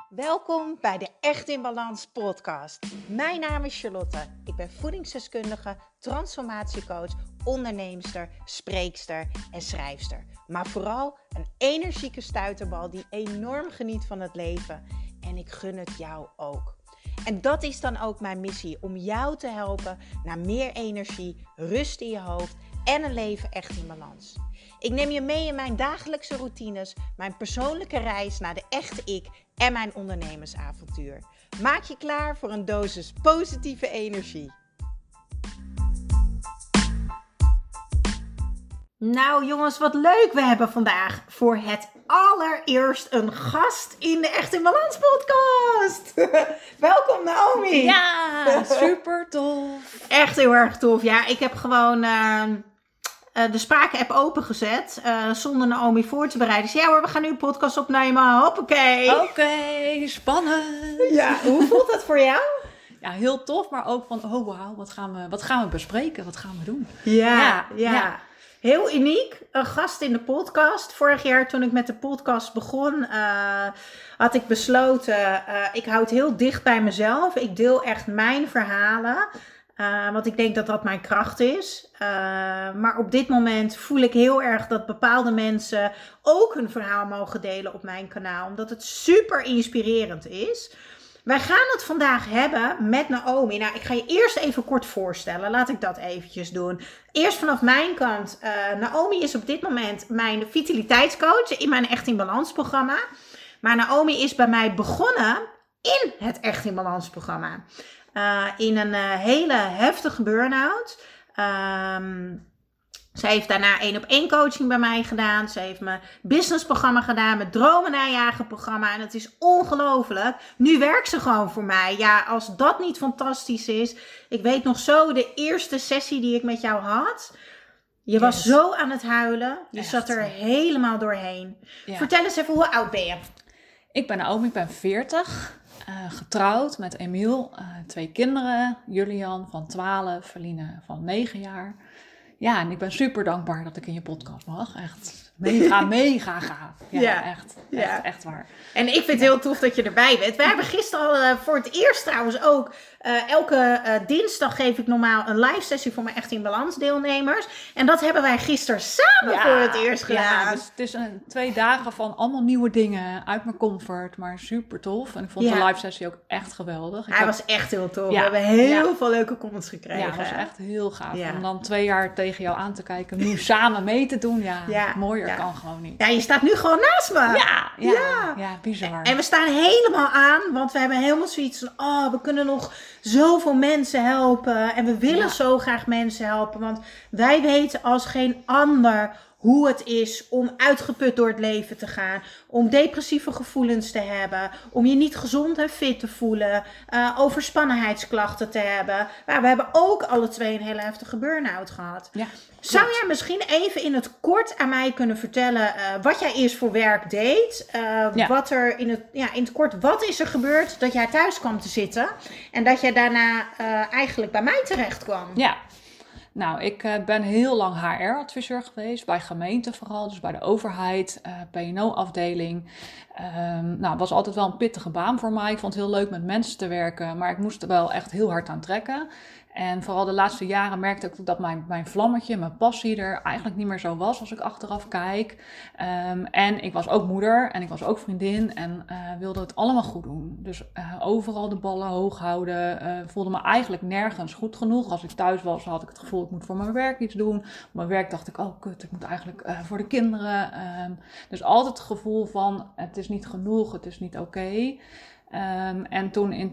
Welkom bij de Echt in Balans podcast. Mijn naam is Charlotte. Ik ben voedingsdeskundige, transformatiecoach, onderneemster, spreekster en schrijfster. Maar vooral een energieke stuiterbal die enorm geniet van het leven. En ik gun het jou ook. En dat is dan ook mijn missie, om jou te helpen naar meer energie, rust in je hoofd en een leven echt in balans. Ik neem je mee in mijn dagelijkse routines, mijn persoonlijke reis naar de echte ik en mijn ondernemersavontuur. Maak je klaar voor een dosis positieve energie. Nou jongens, wat leuk. We hebben vandaag voor het allereerst een gast in de Echt in Balans podcast. Welkom Naomi. Ja, super tof. Echt heel erg tof. Ja, ik heb gewoon de spraak-app opengezet zonder Naomi voor te bereiden. Dus ja hoor, we gaan nu een podcast opnemen. Hoppakee. Oké, spannend. Ja, hoe voelt dat voor jou? Ja, heel tof, maar ook van, oh wauw, wat gaan we bespreken? Wat gaan we doen? Ja. Heel uniek, een gast in de podcast. Vorig jaar toen ik met de podcast begon, had ik besloten, ik hou het heel dicht bij mezelf. Ik deel echt mijn verhalen, want ik denk dat dat mijn kracht is. Maar op dit moment voel ik heel erg dat bepaalde mensen ook hun verhaal mogen delen op mijn kanaal. Omdat het super inspirerend is. Wij gaan het vandaag hebben met Naomi. Nou, ik ga je eerst even kort voorstellen. Laat ik dat eventjes doen. Eerst vanaf mijn kant. Naomi is op dit moment mijn vitaliteitscoach in mijn Echt in Balans programma. Maar Naomi is bij mij begonnen in het Echt in Balans programma. In een hele heftige burn-out. Zij heeft daarna 1-op-1 coaching bij mij gedaan. Ze heeft mijn businessprogramma gedaan, mijn dromen najagen programma. En het is ongelooflijk. Nu werkt ze gewoon voor mij. Ja, als dat niet fantastisch is. Ik weet nog zo de eerste sessie die ik met jou had. Je was zo aan het huilen. Je zat er helemaal doorheen. Ja. Vertel eens even, hoe oud ben je? Ik ben Naomi, ik ben 40. Getrouwd met Emiel. 2 kinderen. Julian van 12, Feline van 9 jaar. Ja, en ik ben super dankbaar dat ik in je podcast mag. Echt mega gaaf. Ja, echt waar. En ik vind het heel tof dat je erbij bent. We hebben gisteren al voor het eerst trouwens ook... elke dinsdag geef ik normaal een live sessie voor mijn Echt in Balans deelnemers. En dat hebben wij gisteren samen voor het eerst gedaan. Ja, dus het is 2 dagen van allemaal nieuwe dingen uit mijn comfort. Maar super tof. En ik vond de live sessie ook echt geweldig. Hij was echt heel tof. We hebben heel veel leuke comments gekregen. Ja, het was echt heel gaaf. Om dan 2 jaar tegen jou aan te kijken. Nu samen mee te doen. Ja, mooier kan gewoon niet. Ja, je staat nu gewoon naast me. Ja, bizar. En we staan helemaal aan. Want we hebben helemaal zoiets van... we kunnen nog zoveel mensen helpen. En we willen zo graag mensen helpen. Want wij weten als geen ander hoe het is om uitgeput door het leven te gaan. Om depressieve gevoelens te hebben. Om je niet gezond en fit te voelen. Overspannenheidsklachten te hebben. Maar we hebben ook alle 2 een hele heftige burn-out gehad. Ja, zou jij misschien even in het kort aan mij kunnen vertellen wat jij eerst voor werk deed? Wat er in het kort, wat is er gebeurd dat jij thuis kwam te zitten? En dat jij daarna eigenlijk bij mij terecht kwam? Ja. Nou, ik ben heel lang HR-adviseur geweest, bij gemeenten vooral, dus bij de overheid, P&O-afdeling. Het was altijd wel een pittige baan voor mij. Ik vond het heel leuk met mensen te werken, maar ik moest er wel echt heel hard aan trekken. En vooral de laatste jaren merkte ik dat mijn vlammetje, mijn passie er eigenlijk niet meer zo was als ik achteraf kijk. En ik was ook moeder en ik was ook vriendin en wilde het allemaal goed doen. Dus overal de ballen hoog houden. Voelde me eigenlijk nergens goed genoeg. Als ik thuis was, had ik het gevoel, ik moet voor mijn werk iets doen. Op mijn werk dacht ik, oh kut, ik moet eigenlijk voor de kinderen. Dus altijd het gevoel van, het is niet genoeg, het is niet oké. En toen in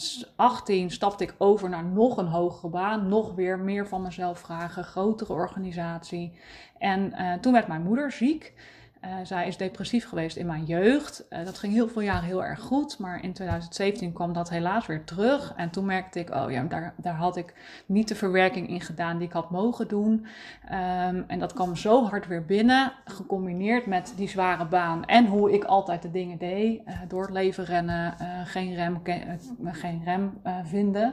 2018 stapte ik over naar nog een hogere baan. Nog weer meer van mezelf vragen. Grotere organisatie. En toen werd mijn moeder ziek. Zij is depressief geweest in mijn jeugd. Dat ging heel veel jaren heel erg goed. Maar in 2017 kwam dat helaas weer terug. En toen merkte ik, daar had ik niet de verwerking in gedaan die ik had mogen doen. En dat kwam zo hard weer binnen. Gecombineerd met die zware baan. En hoe ik altijd de dingen deed. Door het leven rennen. Geen rem vinden.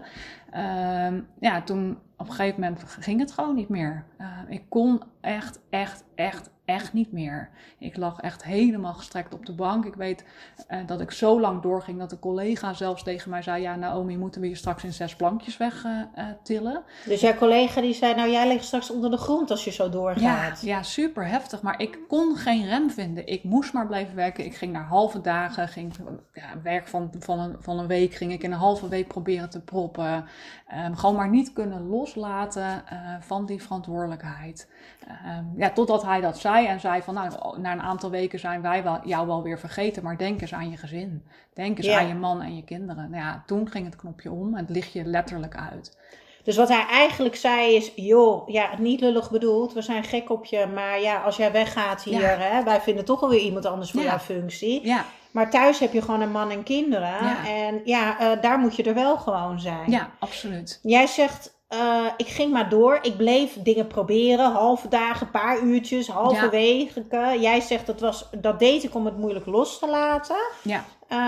Toen op een gegeven moment ging het gewoon niet meer. Ik kon echt niet meer. Ik lag echt helemaal gestrekt op de bank. Ik weet dat ik zo lang doorging dat een collega zelfs tegen mij zei... Ja, Naomi, moeten we je straks in 6 plankjes weg tillen? Dus jouw collega die zei, nou jij ligt straks onder de grond als je zo doorgaat. Ja, super heftig. Maar ik kon geen rem vinden. Ik moest maar blijven werken. Ik ging naar halve dagen. Werk van een week ging ik in een halve week proberen te proppen. Gewoon maar niet kunnen loslaten van die verantwoordelijkheid. Totdat hij dat zei en zei van, nou, na een aantal weken zijn wij jou wel weer vergeten, maar denk eens aan je gezin. Denk eens aan je man en je kinderen. Nou ja, toen ging het knopje om en het licht je letterlijk uit. Dus wat hij eigenlijk zei is, joh, ja, niet lullig bedoeld, we zijn gek op je, maar ja, als jij weggaat hier, hè, wij vinden toch wel weer iemand anders voor jouw functie. Ja. Maar thuis heb je gewoon een man en kinderen en daar moet je er wel gewoon zijn. Ja, absoluut. Jij zegt... ik ging maar door. Ik bleef dingen proberen. Halve dagen, paar uurtjes, halverwege. Jij zegt dat deed ik om het moeilijk los te laten. Ja.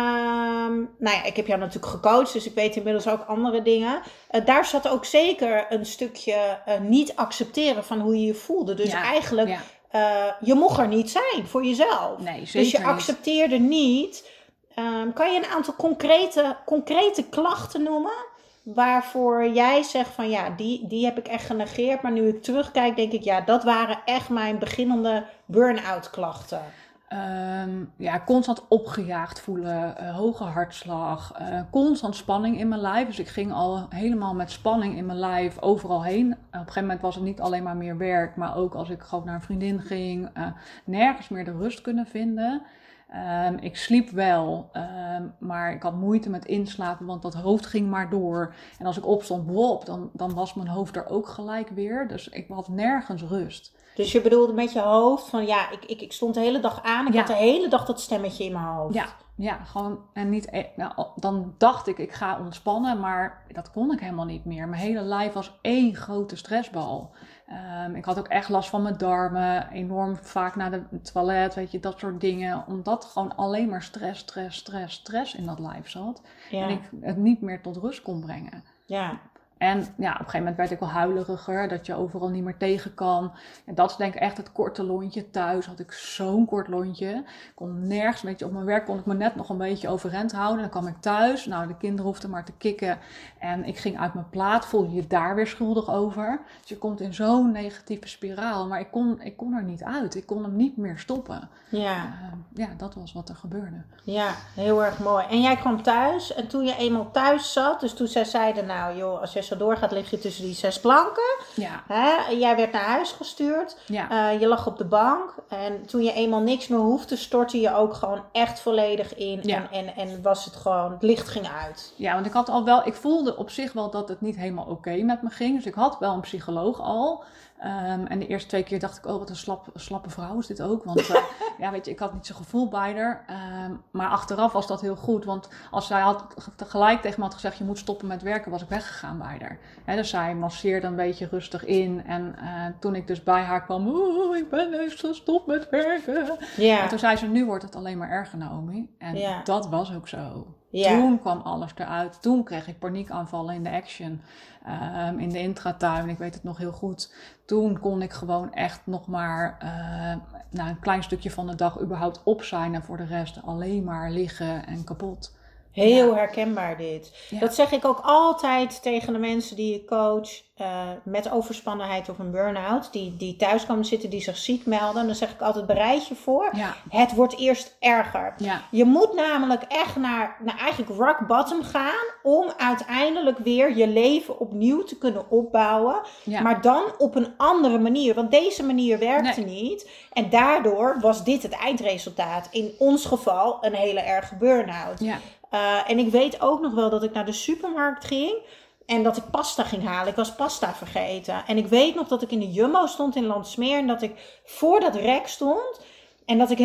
Ik heb jou natuurlijk gecoacht, dus ik weet inmiddels ook andere dingen. Daar zat ook zeker een stukje niet accepteren van hoe je je voelde. Dus eigenlijk, je mocht er niet zijn voor jezelf. Nee, zeker dus je accepteerde niet. Kan je een aantal concrete klachten noemen? Waarvoor jij zegt van die heb ik echt genegeerd. Maar nu ik terugkijk denk ik, dat waren echt mijn beginnende burn-out klachten. Constant opgejaagd voelen, hoge hartslag, constant spanning in mijn lijf. Dus ik ging al helemaal met spanning in mijn lijf overal heen. Op een gegeven moment was het niet alleen maar meer werk, maar ook als ik gewoon naar een vriendin ging, nergens meer de rust kunnen vinden. Ik sliep wel, maar ik had moeite met inslapen, want dat hoofd ging maar door. En als ik opstond, dan was mijn hoofd er ook gelijk weer. Dus ik had nergens rust. Dus je bedoelde met je hoofd van ik stond de hele dag aan. Ik had de hele dag dat stemmetje in mijn hoofd. Ja, gewoon en niet. Dan dacht ik ga ontspannen, maar dat kon ik helemaal niet meer. Mijn hele lijf was één grote stressbal. Ik had ook echt last van mijn darmen, enorm vaak naar de toilet, weet je, dat soort dingen. Omdat gewoon alleen maar stress in dat lijf zat. Ja. En ik het niet meer tot rust kon brengen. Ja. En op een gegeven moment werd ik wel huileriger, dat je overal niet meer tegen kan. En dat is denk ik echt het korte lontje. Thuis had ik zo'n kort lontje. Ik kon nergens, weet je, op mijn werk kon ik me net nog een beetje overeind houden. Dan kwam ik thuis, de kinderen hoefden maar te kikken. En ik ging uit mijn plaat, voelde je daar weer schuldig over. Dus je komt in zo'n negatieve spiraal. Maar ik kon er niet uit, ik kon hem niet meer stoppen. Ja, dat was wat er gebeurde. Ja, heel erg mooi. En jij kwam thuis en toen je eenmaal thuis zat, dus toen zij zeiden, nou joh, als je zo doorgaat lig je tussen die 6 planken. Ja. Hè? Jij werd naar huis gestuurd. Ja. Je lag op de bank. En toen je eenmaal niks meer hoefde, stortte je ook gewoon echt volledig in. Ja. En was het gewoon, het licht ging uit. Ja, want ik voelde op zich wel dat het niet helemaal oké met me ging. Dus ik had wel een psycholoog al. En de eerste 2 keer dacht ik, wat een slappe vrouw is dit ook. Want weet je, ik had niet zo'n gevoel bij haar. Maar achteraf was dat heel goed. Want als zij had tegelijk tegen me had gezegd, je moet stoppen met werken, was ik weggegaan bij haar. Dus zij masseerde een beetje rustig in. En toen ik dus bij haar kwam, ik ben even gestopt met werken. Ja. En toen zei ze, nu wordt het alleen maar erger, Naomi. En dat was ook zo. Ja. Toen kwam alles eruit. Toen kreeg ik paniekaanvallen in de Action. In de intratuin, ik weet het nog heel goed. Toen kon ik gewoon echt nog maar een klein stukje van de dag überhaupt op zijn. En voor de rest alleen maar liggen en kapot. Heel herkenbaar dit. Ja. Dat zeg ik ook altijd tegen de mensen die ik coach met overspannenheid of een burn-out. Die thuis komen zitten, die zich ziek melden. Dan zeg ik altijd, bereid je voor. Ja. Het wordt eerst erger. Ja. Je moet namelijk echt naar eigenlijk rock bottom gaan. Om uiteindelijk weer je leven opnieuw te kunnen opbouwen. Ja. Maar dan op een andere manier. Want deze manier werkte niet. En daardoor was dit het eindresultaat. In ons geval een hele erge burn-out. Ja. En ik weet ook nog wel dat ik naar de supermarkt ging en dat ik pasta ging halen. Ik was pasta vergeten. En ik weet nog dat ik in de Jumbo stond in Landsmeer en dat ik voor dat rek stond. En dat ik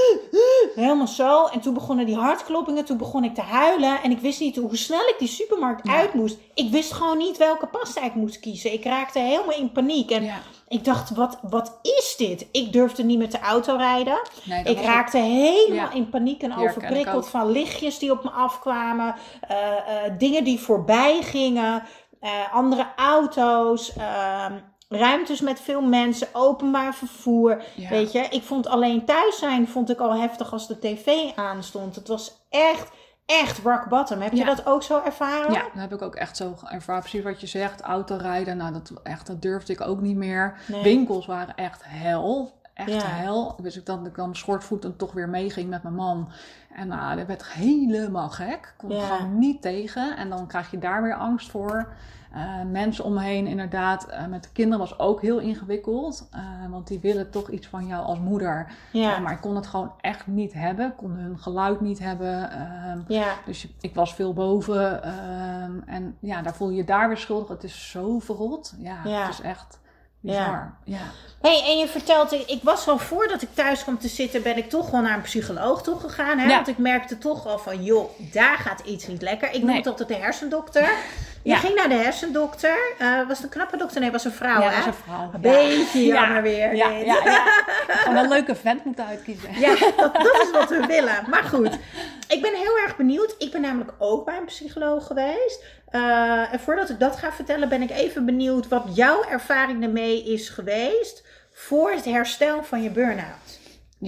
helemaal zo. En toen begonnen die hartkloppingen. Toen begon ik te huilen. En ik wist niet hoe snel ik die supermarkt uit moest. Ik wist gewoon niet welke pasta ik moest kiezen. Ik raakte helemaal in paniek. En ik dacht, wat is dit? Ik durfde niet met de auto rijden. Nee, ik raakte helemaal in paniek en overprikkeld van lichtjes die op me afkwamen. Dingen die voorbij gingen. Andere auto's. ruimtes met veel mensen, openbaar vervoer. Ja. Weet je, ik vond alleen thuis zijn vond ik al heftig als de tv aanstond. Het was echt rock bottom. Heb je dat ook zo ervaren? Ja, dat heb ik ook echt zo ervaren. Precies wat je zegt, autorijden, nou dat durfde ik ook niet meer. Nee. Winkels waren echt hel. Echt hel. Dus ik dan schortvoetend toch weer meeging met mijn man. En nou, dat werd helemaal gek. Kon er gewoon niet tegen. En dan krijg je daar weer angst voor. Mensen om me heen inderdaad. Met de kinderen was ook heel ingewikkeld. Want die willen toch iets van jou als moeder. Ja. Maar ik kon het gewoon echt niet hebben. Ik kon hun geluid niet hebben. Dus ik was veel boven. En ja, daar voel je je daar weer schuldig. Het is zo verrot. Ja, het is echt bizar. Ja. Hey, en je vertelt, ik was al voordat ik thuis kwam te zitten, ben ik toch wel naar een psycholoog toe gegaan. Hè? Want ik merkte toch al van, joh, daar gaat iets niet lekker. Ik noem het altijd de hersendokter. Je ging naar de hersendokter. Was het een knappe dokter? Nee, was een vrouw, hè? Ja, was een vrouw. Een beetje jammer weer. Ja. Gewoon een leuke vent moeten uitkiezen. Ja, dat is wat we willen. Maar goed, ik ben heel erg benieuwd. Ik ben namelijk ook bij een psycholoog geweest. En voordat ik dat ga vertellen, ben ik even benieuwd wat jouw ervaring ermee is geweest voor het herstel van je burn-out.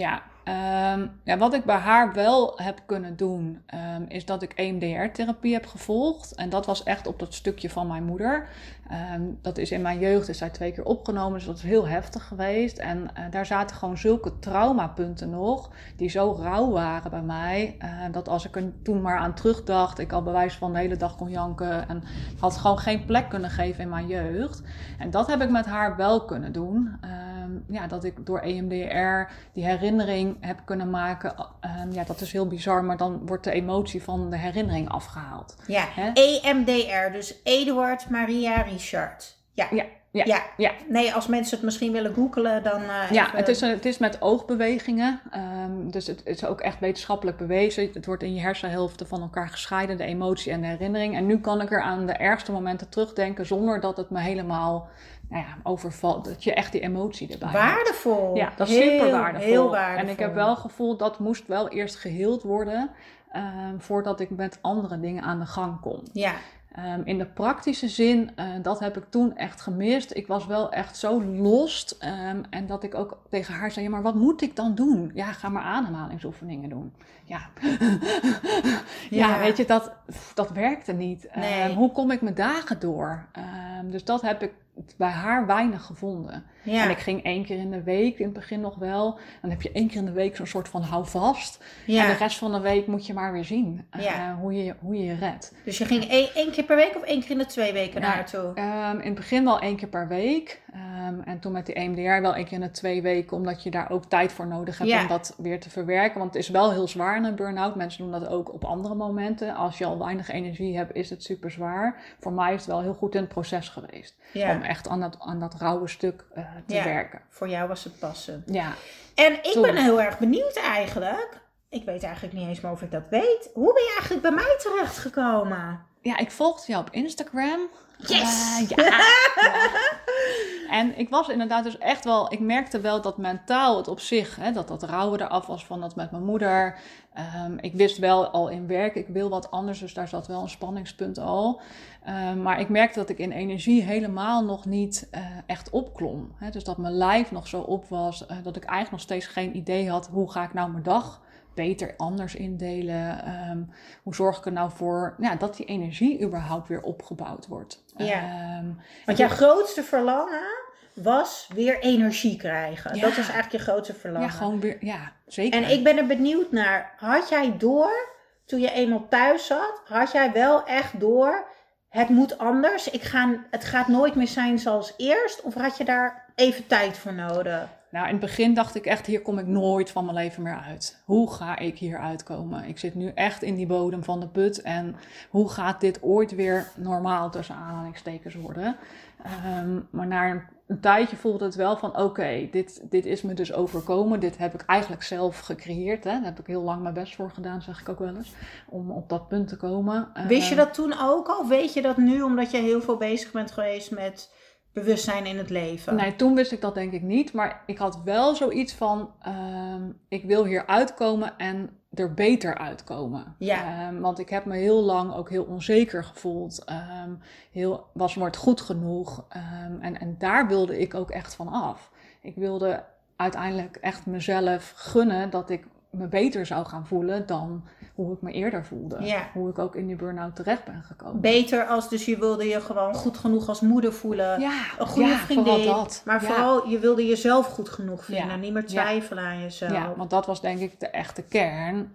Ja, wat ik bij haar wel heb kunnen doen, is dat ik EMDR-therapie heb gevolgd. En dat was echt op dat stukje van mijn moeder. Dat is in mijn jeugd, is zij 2 keer opgenomen, dus dat is heel heftig geweest. En daar zaten gewoon zulke traumapunten nog, die zo rauw waren bij mij. Dat als ik er toen maar aan terugdacht, ik al bij wijze van de hele dag kon janken. En had gewoon geen plek kunnen geven in mijn jeugd. En dat heb ik met haar wel kunnen doen. Dat ik door EMDR die herinnering heb kunnen maken. Dat is heel bizar, maar dan wordt de emotie van de herinnering afgehaald. Ja, EMDR, dus Eduard Maria Richard. Ja. Nee, als mensen het misschien willen googlen, dan... Het is met oogbewegingen. Dus het is ook echt wetenschappelijk bewezen. Het wordt in je hersenhelften van elkaar gescheiden, de emotie en de herinnering. En nu kan ik er aan de ergste momenten terugdenken, zonder dat het me helemaal overvalt. Dat je echt die emotie erbij waardevol. hebt. Ja, dat is super waardevol. Heel waardevol. En ik heb wel het gevoel, dat moest wel eerst geheeld worden, voordat ik met andere dingen aan de gang kom. Ja. In de praktische zin, dat heb ik toen echt gemist. Ik was wel echt zo lost. En dat ik ook tegen haar zei, maar wat moet ik dan doen? Ja, ga maar ademhalingsoefeningen doen. Ja, weet je, dat werkte niet. Nee. Hoe kom ik mijn dagen door? Dus dat heb ik bij haar weinig gevonden. Ja. En ik ging 1 keer in de week, in het begin nog wel. Dan heb je 1 keer in de week zo'n soort van houvast. Ja. En de rest van de week moet je maar weer zien hoe je redt. Dus je ging 1 keer per week of 1 keer in de 2 weken naartoe? In het begin wel 1 keer per week. En toen met die EMDR wel 1 keer in de 2 weken. Omdat je daar ook tijd voor nodig hebt om dat weer te verwerken. Want het is wel heel zwaar in een burn-out. Mensen doen dat ook op andere momenten. Als je al weinig energie hebt, is het super zwaar. Voor mij is het wel heel goed in het proces geweest. Ja. Om echt aan dat rauwe stuk te werken. Voor jou was het passen. Ja. En ik ben heel erg benieuwd eigenlijk. Ik weet eigenlijk niet eens meer of ik dat weet. Hoe ben je eigenlijk bij mij terechtgekomen? Ja, ik volgde jou op Instagram. Yes! En ik was inderdaad dus echt wel... Ik merkte wel dat mentaal het op zich... dat rouwen eraf was van dat met mijn moeder. Ik wist wel al in werk, ik wil wat anders. Dus daar zat wel een spanningspunt al. Maar ik merkte dat ik in energie helemaal nog niet echt opklom. Dus dat mijn lijf nog zo op was. Dat ik eigenlijk nog steeds geen idee had... hoe ga ik nou mijn dag beter anders indelen? Hoe zorg ik er nou voor dat die energie überhaupt weer opgebouwd wordt? Ja. Want jouw grootste verlangen was weer energie krijgen. Ja. Dat is eigenlijk je grootste verlangen. Ja, gewoon weer, zeker. En ik ben er benieuwd naar, had jij door, toen je eenmaal thuis zat, had jij wel echt door, het moet anders, het gaat nooit meer zijn zoals eerst, of had je daar even tijd voor nodig? Nou, in het begin dacht ik echt, hier kom ik nooit van mijn leven meer uit. Hoe ga ik hier uitkomen? Ik zit nu echt in die bodem van de put. En hoe gaat dit ooit weer normaal tussen aanhalingstekens worden? Maar na een tijdje voelde het wel van, oké, dit is me dus overkomen. Dit heb ik eigenlijk zelf gecreëerd. Daar heb ik heel lang mijn best voor gedaan, zeg ik ook wel eens. Om op dat punt te komen. Wist je dat toen ook al? Of weet je dat nu, omdat je heel veel bezig bent geweest met bewustzijn in het leven? Nee, toen wist ik dat denk ik niet. Maar ik had wel zoiets van, ik wil hier uitkomen en er beter uitkomen. Ja. Want ik heb me heel lang ook heel onzeker gevoeld. Was nooit goed genoeg. En daar wilde ik ook echt van af. Ik wilde uiteindelijk echt mezelf gunnen dat ik me beter zou gaan voelen dan hoe ik me eerder voelde. Ja. Hoe ik ook in die burn-out terecht ben gekomen. Beter als, dus je wilde je gewoon goed genoeg als moeder voelen. Ja, een goede vriendin. vooral dat. Maar vooral, je wilde jezelf goed genoeg vinden. Ja. Niet meer twijfelen aan jezelf. Ja, want dat was denk ik de echte kern.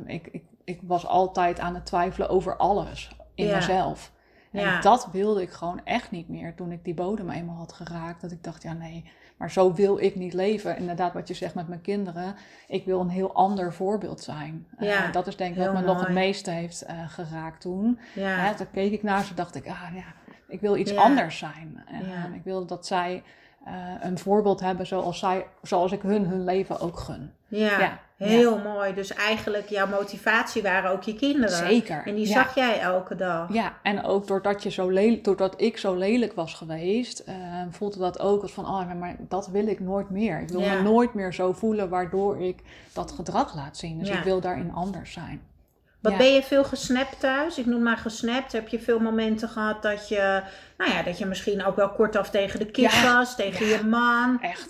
Ik was altijd aan het twijfelen over alles in mezelf. En dat wilde ik gewoon echt niet meer toen ik die bodem eenmaal had geraakt. Dat ik dacht, ja nee, maar zo wil ik niet leven. Inderdaad, wat je zegt met mijn kinderen. Ik wil een heel ander voorbeeld zijn. Dat is denk ik wat me nog het meeste heeft geraakt toen. Ja. Toen keek ik naar ze, dacht ik, ik wil iets anders zijn. Ik wil dat zij een voorbeeld hebben zoals ik hun leven ook gun. Ja, heel mooi. Dus eigenlijk jouw motivatie waren ook je kinderen. Zeker. En die zag jij elke dag. Ja, en ook doordat ik zo lelijk was geweest, voelde dat ook als van, maar dat wil ik nooit meer. Ik wil me nooit meer zo voelen waardoor ik dat gedrag laat zien. Dus ik wil daarin anders zijn. Wat ben je veel gesnapt thuis? Ik noem maar gesnapt. Heb je veel momenten gehad dat je, dat je misschien ook wel kortaf tegen de kids was, tegen je man? Echt,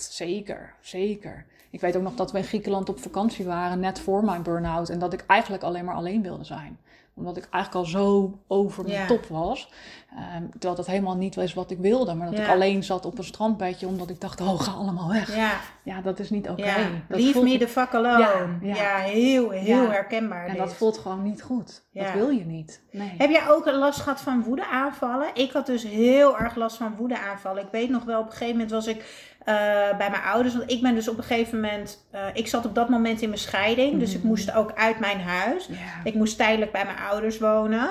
zeker. Ik weet ook nog dat we in Griekenland op vakantie waren, net voor mijn burn-out. En dat ik eigenlijk alleen maar alleen wilde zijn. Omdat ik eigenlijk al zo over mijn top was. Terwijl dat helemaal niet was wat ik wilde. Maar dat ik alleen zat op een strandbedje omdat ik dacht, ga allemaal weg. Ja, dat is niet oké. Leave me the fuck alone. Ja, heel herkenbaar. En dat voelt gewoon niet goed. Dat wil je niet. Nee. Heb jij ook last gehad van woedeaanvallen? Ik had dus heel erg last van woedeaanvallen. Ik weet nog wel, op een gegeven moment was ik bij mijn ouders. Want ik ben dus op een gegeven moment, ik zat op dat moment in mijn scheiding. Dus ik moest ook uit mijn huis. Ik moest tijdelijk bij mijn ouders wonen.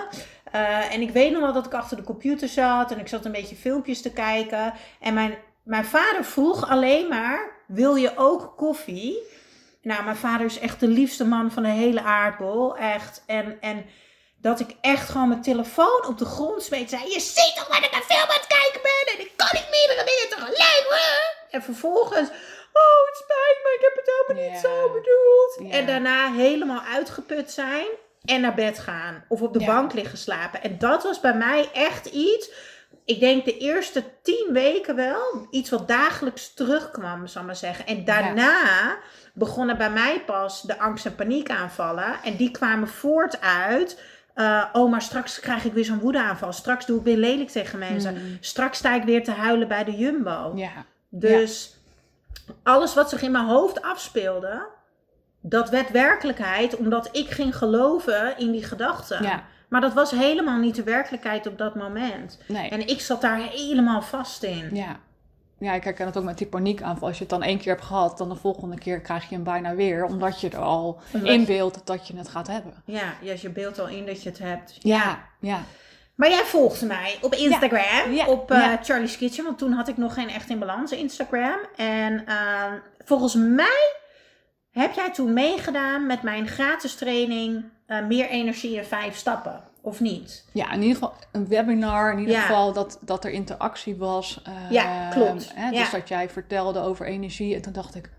En ik weet nog wel dat ik achter de computer zat. En ik zat een beetje filmpjes te kijken. En mijn vader vroeg alleen maar, wil je ook koffie? Nou, mijn vader is echt de liefste man van de hele aardbol. Echt. En dat ik echt gewoon mijn telefoon op de grond smeet. Zei, je ziet toch dat ik een film aan het kijken ben? En ik kan niet meerdere dingen tegelijk. En vervolgens, het spijt me, ik heb het helemaal niet zo bedoeld. En daarna helemaal uitgeput zijn en naar bed gaan. Of op de bank liggen slapen. En dat was bij mij echt iets, ik denk de eerste 10 weken wel, iets wat dagelijks terugkwam, zal ik maar zeggen. En daarna begonnen bij mij pas de angst- en paniekaanvallen. En die kwamen voort uit, maar straks krijg ik weer zo'n woedeaanval. Straks doe ik weer lelijk tegen mensen. Straks sta ik weer te huilen bij de Jumbo. Dus alles wat zich in mijn hoofd afspeelde, dat werd werkelijkheid omdat ik ging geloven in die gedachten. Maar dat was helemaal niet de werkelijkheid op dat moment. Nee. En ik zat daar helemaal vast in. Ja, ik herken het ook met die paniekaanval. Als je het dan 1 keer hebt gehad, dan de volgende keer krijg je hem bijna weer. Omdat je er al inbeeldt dat je het gaat hebben. Ja, je beeldt al in dat je het hebt. Ja. Maar jij volgde mij op Instagram, op Charlie's Kitchen. Want toen had ik nog geen Echt in Balans Instagram. En volgens mij heb jij toen meegedaan met mijn gratis training Meer Energie in 5 stappen. Of niet? Ja, in ieder geval een webinar. In ieder geval dat er interactie was. Ja, klopt. Dus dat jij vertelde over energie. En toen dacht ik,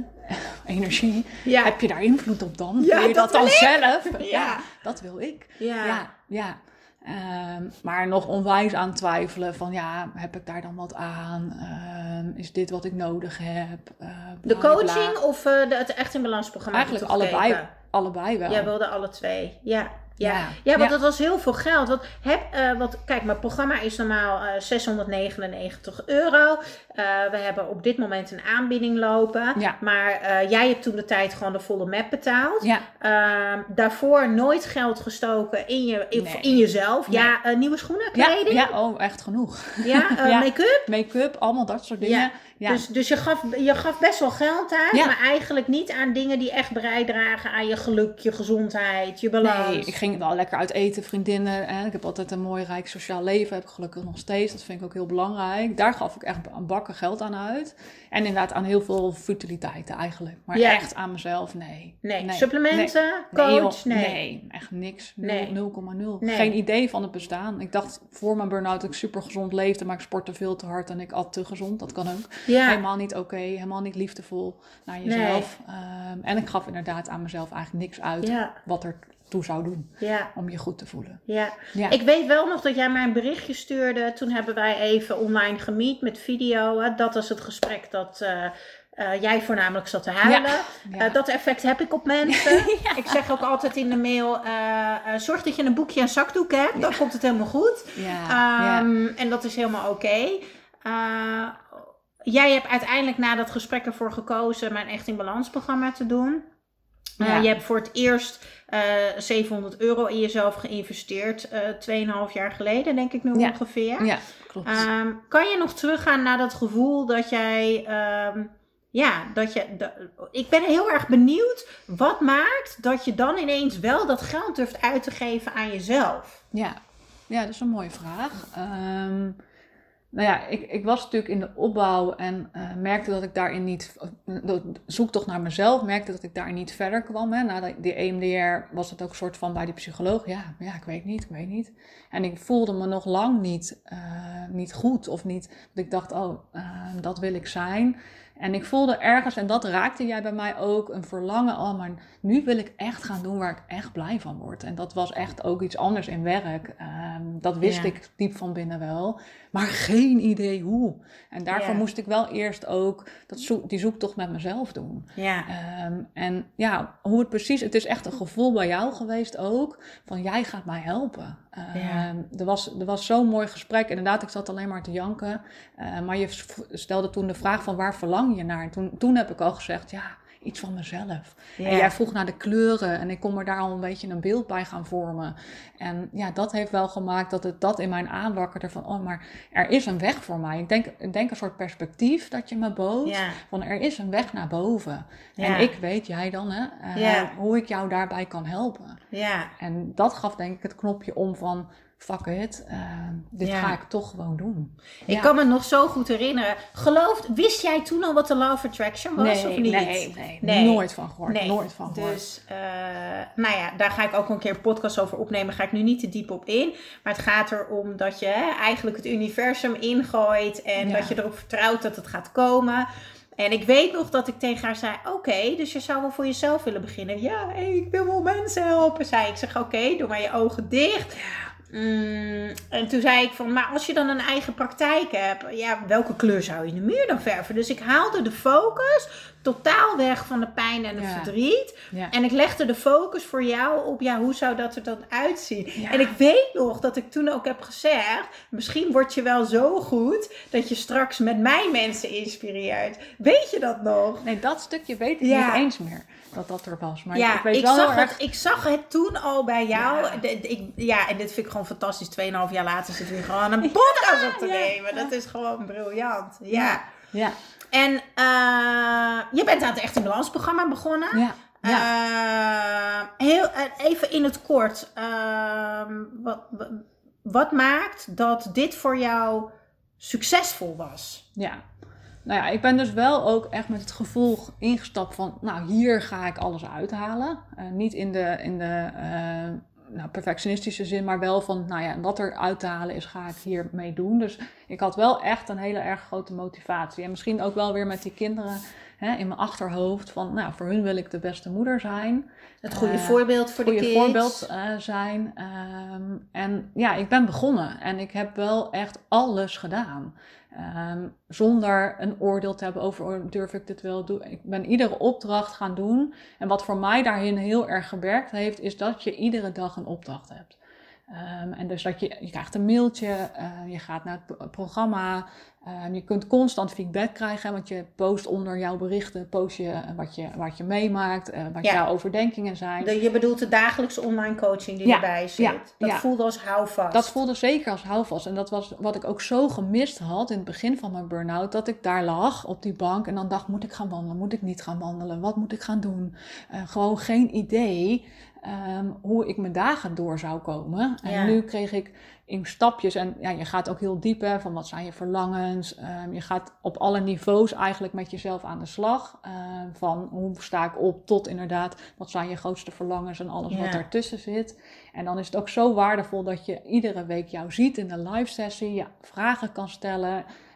energie? Heb je daar invloed op dan? Ja, wil je dat dan zelf? Ja, dat wil ik. Ja. Maar nog onwijs aan twijfelen van heb ik daar dan wat aan? Is dit wat ik nodig heb? De coaching of het Echt in Balans programma? Eigenlijk allebei wel. Jij wilde alle twee, want dat was heel veel geld. Kijk, mijn programma is normaal €699. We hebben op dit moment een aanbieding lopen. Maar jij hebt toen de tijd gewoon de volle map betaald. Daarvoor nooit geld gestoken in jezelf. Nee. Nieuwe schoenen, kleding. Ja, echt genoeg. Make-up. Make-up, allemaal dat soort dingen. Dus je gaf best wel geld uit, maar eigenlijk niet aan dingen die echt bijdragen aan je geluk, je gezondheid, je balans. Nee, ik ging wel lekker uit eten, vriendinnen. Ik heb altijd een mooi rijk sociaal leven, heb ik gelukkig nog steeds. Dat vind ik ook heel belangrijk. Daar gaf ik echt een bakken geld aan uit. En inderdaad aan heel veel futiliteiten eigenlijk. Maar echt aan mezelf, nee. Supplementen, coach, nee, echt niks. 0,0. Geen idee van het bestaan. Ik dacht voor mijn burn-out dat ik super gezond leefde, maar ik sportte veel te hard en ik at te gezond. Dat kan ook. Helemaal niet oké, helemaal niet liefdevol naar jezelf. Nee. En ik gaf inderdaad aan mezelf eigenlijk niks uit wat er toe zou doen om je goed te voelen. Ja. Ik weet wel nog dat jij mij een berichtje stuurde. Toen hebben wij even online gemiet met video. Dat was het gesprek dat jij voornamelijk zat te huilen. Dat effect heb ik op mensen. Ik zeg ook altijd in de mail, zorg dat je een boekje en zakdoek hebt. Dan komt het helemaal goed. En dat is helemaal oké. Jij hebt uiteindelijk na dat gesprek ervoor gekozen mijn Echt in Balans programma te doen. Je hebt voor het eerst €700 in jezelf geïnvesteerd. 2,5 jaar geleden, denk ik nu ongeveer. Ja, klopt. Kan je nog teruggaan naar dat gevoel dat jij... ik ben heel erg benieuwd. Wat maakt dat je dan ineens wel dat geld durft uit te geven aan jezelf? Ja, dat is een mooie vraag. Ik was natuurlijk in de opbouw en merkte dat ik daarin niet... zoektocht naar mezelf, merkte dat ik daarin niet verder kwam. Hè. Na die EMDR was het ook een soort van bij die psycholoog. Ja, ik weet niet. En ik voelde me nog lang niet goed of niet... Dat ik dacht, dat wil ik zijn... En ik voelde ergens, en dat raakte jij bij mij ook, een verlangen. Maar nu wil ik echt gaan doen waar ik echt blij van word. En dat was echt ook iets anders in werk. Dat wist ik diep van binnen wel. Maar geen idee hoe. En daarvoor moest ik wel eerst ook die zoektocht met mezelf doen. Hoe het precies... Het is echt een gevoel bij jou geweest ook. Van jij gaat mij helpen. Er was zo'n mooi gesprek. Inderdaad, ik zat alleen maar te janken. Maar je stelde toen de vraag van waar verlang je naar? En toen heb ik al gezegd, iets van mezelf. En jij vroeg naar de kleuren en ik kon me daar al een beetje een beeld bij gaan vormen. En dat heeft wel gemaakt dat het dat in mijn aanwakkerde van, maar er is een weg voor mij. Ik denk een soort perspectief dat je me bood, van er is een weg naar boven. En ik weet, jij dan, hoe ik jou daarbij kan helpen. En dat gaf denk ik het knopje om van, fuck it, dit ga ik toch gewoon doen. Ik kan me nog zo goed herinneren. Wist jij toen al wat de Law of Attraction was of niet? Nee, nooit van gehoord. Nooit van gehoord. Dus, daar ga ik ook een keer een podcast over opnemen. Ga ik nu niet te diep op in. Maar het gaat erom dat je eigenlijk het universum ingooit. En dat je erop vertrouwt dat het gaat komen. En ik weet nog dat ik tegen haar zei, oké, dus je zou wel voor jezelf willen beginnen. Ja, ik wil wel mensen helpen, zei ik. Ik zeg, oké, doe maar je ogen dicht. En toen zei ik van, maar als je dan een eigen praktijk hebt, welke kleur zou je in de muur dan verven? Dus ik haalde de focus totaal weg van de pijn en het verdriet. En ik legde de focus voor jou op, hoe zou dat er dan uitzien? En ik weet nog dat ik toen ook heb gezegd, misschien word je wel zo goed dat je straks met mij mensen inspireert. Weet je dat nog? Nee, dat stukje weet ik niet eens meer. Dat er was. Maar ik weet ik zag het toen al bij jou. En dit vind ik gewoon fantastisch. 2,5 jaar later zitten we gewoon een podcast op te nemen. Dat is gewoon briljant. Ja. En je bent aan het Echt in Balans programma begonnen. Even in het kort. Wat maakt dat dit voor jou succesvol was? Ik ben dus wel ook echt met het gevoel ingestapt van, hier ga ik alles uithalen. Niet in de perfectionistische zin, maar wel van, wat er uit te halen is, ga ik hier mee doen. Dus ik had wel echt een hele erg grote motivatie. En misschien ook wel weer met die kinderen in mijn achterhoofd van, voor hun wil ik de beste moeder zijn. Het goede voorbeeld voor de kids. Goede voorbeeld zijn. Ik ben begonnen en ik heb wel echt alles gedaan. Zonder een oordeel te hebben over, durf ik dit wel doen. Ik ben iedere opdracht gaan doen. En wat voor mij daarin heel erg gewerkt heeft, is dat je iedere dag een opdracht hebt. En dus dat je krijgt een mailtje, je gaat naar het programma. Je kunt constant feedback krijgen, want je post onder jouw berichten, post je wat je meemaakt, wat jouw overdenkingen zijn. Je bedoelt de dagelijkse online coaching die erbij zit. Dat voelde als houvast. Dat voelde zeker als houvast. En dat was wat ik ook zo gemist had in het begin van mijn burn-out, dat ik daar lag op die bank en dan dacht, moet ik gaan wandelen, moet ik niet gaan wandelen, wat moet ik gaan doen? Gewoon geen idee hoe ik mijn dagen door zou komen. En nu kreeg ik in stapjes, en je gaat ook heel diep van wat zijn je verlangens. Je gaat op alle niveaus eigenlijk met jezelf aan de slag. Van hoe sta ik op tot inderdaad wat zijn je grootste verlangens en alles wat ertussen zit. En dan is het ook zo waardevol dat je iedere week jou ziet in de live sessie. Je vragen kan stellen.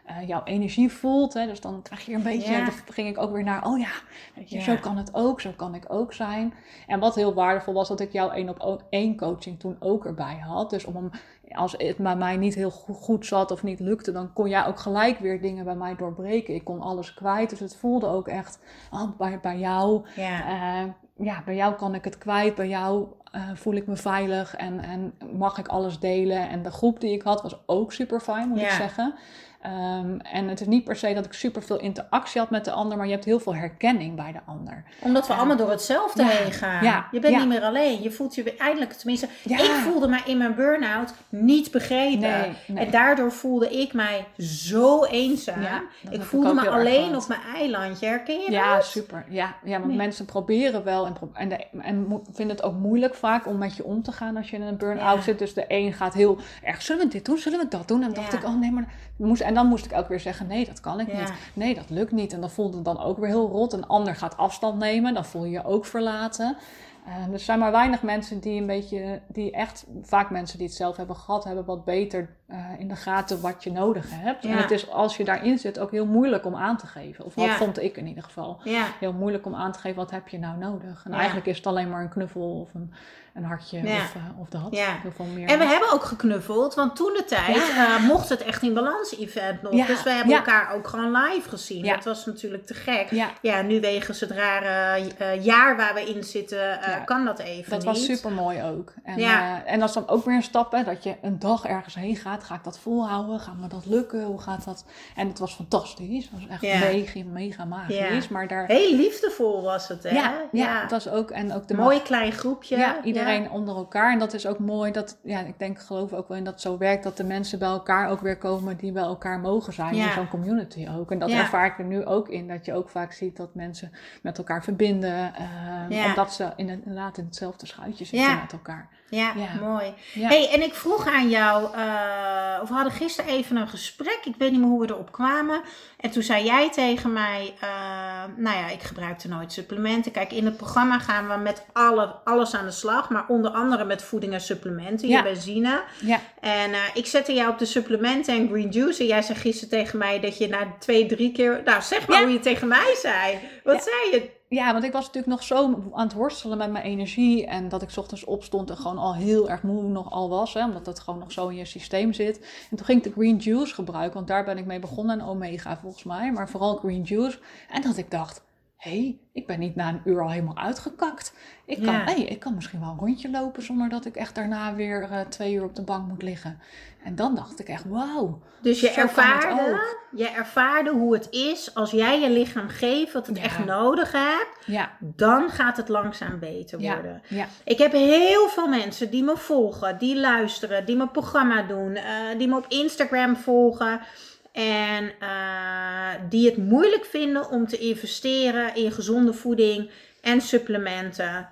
jouw energie voelt. Hè? Dus dan krijg je een beetje, dan ging ik ook weer naar, weet je, zo kan het ook, zo kan ik ook zijn. En wat heel waardevol was, dat ik jouw 1-op-1 coaching toen ook erbij had. Dus als het bij mij niet heel goed zat of niet lukte, dan kon jij ook gelijk weer dingen bij mij doorbreken. Ik kon alles kwijt, dus het voelde ook echt, bij jou, bij jou kan ik het kwijt, bij jou voel ik me veilig en mag ik alles delen. En de groep die ik had was ook super fijn, moet ik zeggen. En het is niet per se dat ik super veel interactie had met de ander, maar je hebt heel veel herkenning bij de ander. Omdat we allemaal door hetzelfde heen gaan. Ja, je bent niet meer alleen. Je voelt je eindelijk, tenminste, ik voelde mij in mijn burn-out niet begrepen. Nee. En daardoor voelde ik mij zo eenzaam. Ik voelde me alleen op mijn eilandje. Herken je dat? Ja, super. Ja, want mensen proberen wel en vinden het ook moeilijk vaak om met je om te gaan als je in een burn-out zit. Dus de een gaat heel erg, zullen we dit doen? Zullen we dat doen? En dan dacht ik, en dan moest ik ook weer zeggen, nee, dat kan ik niet. Nee, dat lukt niet. En dan voelde het dan ook weer heel rot. Een ander gaat afstand nemen. Dan voel je je ook verlaten. Er zijn maar weinig mensen vaak mensen die het zelf hebben gehad, hebben wat beter in de gaten wat je nodig hebt. Ja. En het is, als je daarin zit, ook heel moeilijk om aan te geven. Of wat vond ik in ieder geval. Ja. Heel moeilijk om aan te geven, wat heb je nou nodig? En eigenlijk is het alleen maar een knuffel of een hartje of dat. Ja. Heel veel meer. En we hebben ook geknuffeld, want toen de tijd mocht het Echt in Balans event nog. Ja. Dus we hebben elkaar ook gewoon live gezien. Ja. Dat was natuurlijk te gek. Ja, nu wegens het rare jaar waar we in zitten, kan dat even dat niet. Dat was super mooi ook. En dat is dan ook weer een stap, hè, dat je een dag ergens heen gaat. Ga ik dat volhouden? Gaat me dat lukken? Hoe gaat dat? En het was fantastisch. Het was echt mega magisch. Maar daar... Heel liefdevol was het, hè? Ja, het was ook... En ook de mooi klein groepje. Ja, iedereen onder elkaar. En dat is ook mooi. Ik geloof ook wel in dat het zo werkt. Dat de mensen bij elkaar ook weer komen die bij elkaar mogen zijn. In zo'n community ook. En dat ervaar ik er nu ook in. Dat je ook vaak ziet dat mensen met elkaar verbinden. Omdat ze inderdaad in hetzelfde schuitje zitten met elkaar. Ja, mooi. Ja. Hey, en ik vroeg aan jou, we hadden gisteren even een gesprek. Ik weet niet meer hoe we erop kwamen. En toen zei jij tegen mij, ik gebruikte nooit supplementen. Kijk, in het programma gaan we met alles aan de slag. Maar onder andere met voeding en supplementen, je benzine. Ja. En ik zette jou op de supplementen en green juice. En jij zei gisteren tegen mij dat je na 2-3 keer... Nou, zeg maar hoe je tegen mij zei. Wat zei je? Ja, want ik was natuurlijk nog zo aan het worstelen met mijn energie. En dat ik 's ochtends opstond en gewoon al heel erg moe nog al was. Hè, omdat dat gewoon nog zo in je systeem zit. En toen ging ik de green juice gebruiken. Want daar ben ik mee begonnen. En omega volgens mij. Maar vooral green juice. En dat ik dacht... ik ben niet na een uur al helemaal uitgekakt. Ik kan misschien wel een rondje lopen zonder dat ik echt daarna weer 2 uur op de bank moet liggen. En dan dacht ik echt, wauw. Dus je ervaarde hoe het is als jij je lichaam geeft wat het echt nodig hebt. Dan gaat het langzaam beter worden. Ja. Ik heb heel veel mensen die me volgen, die luisteren, die mijn programma doen, die me op Instagram volgen. En die het moeilijk vinden om te investeren in gezonde voeding en supplementen.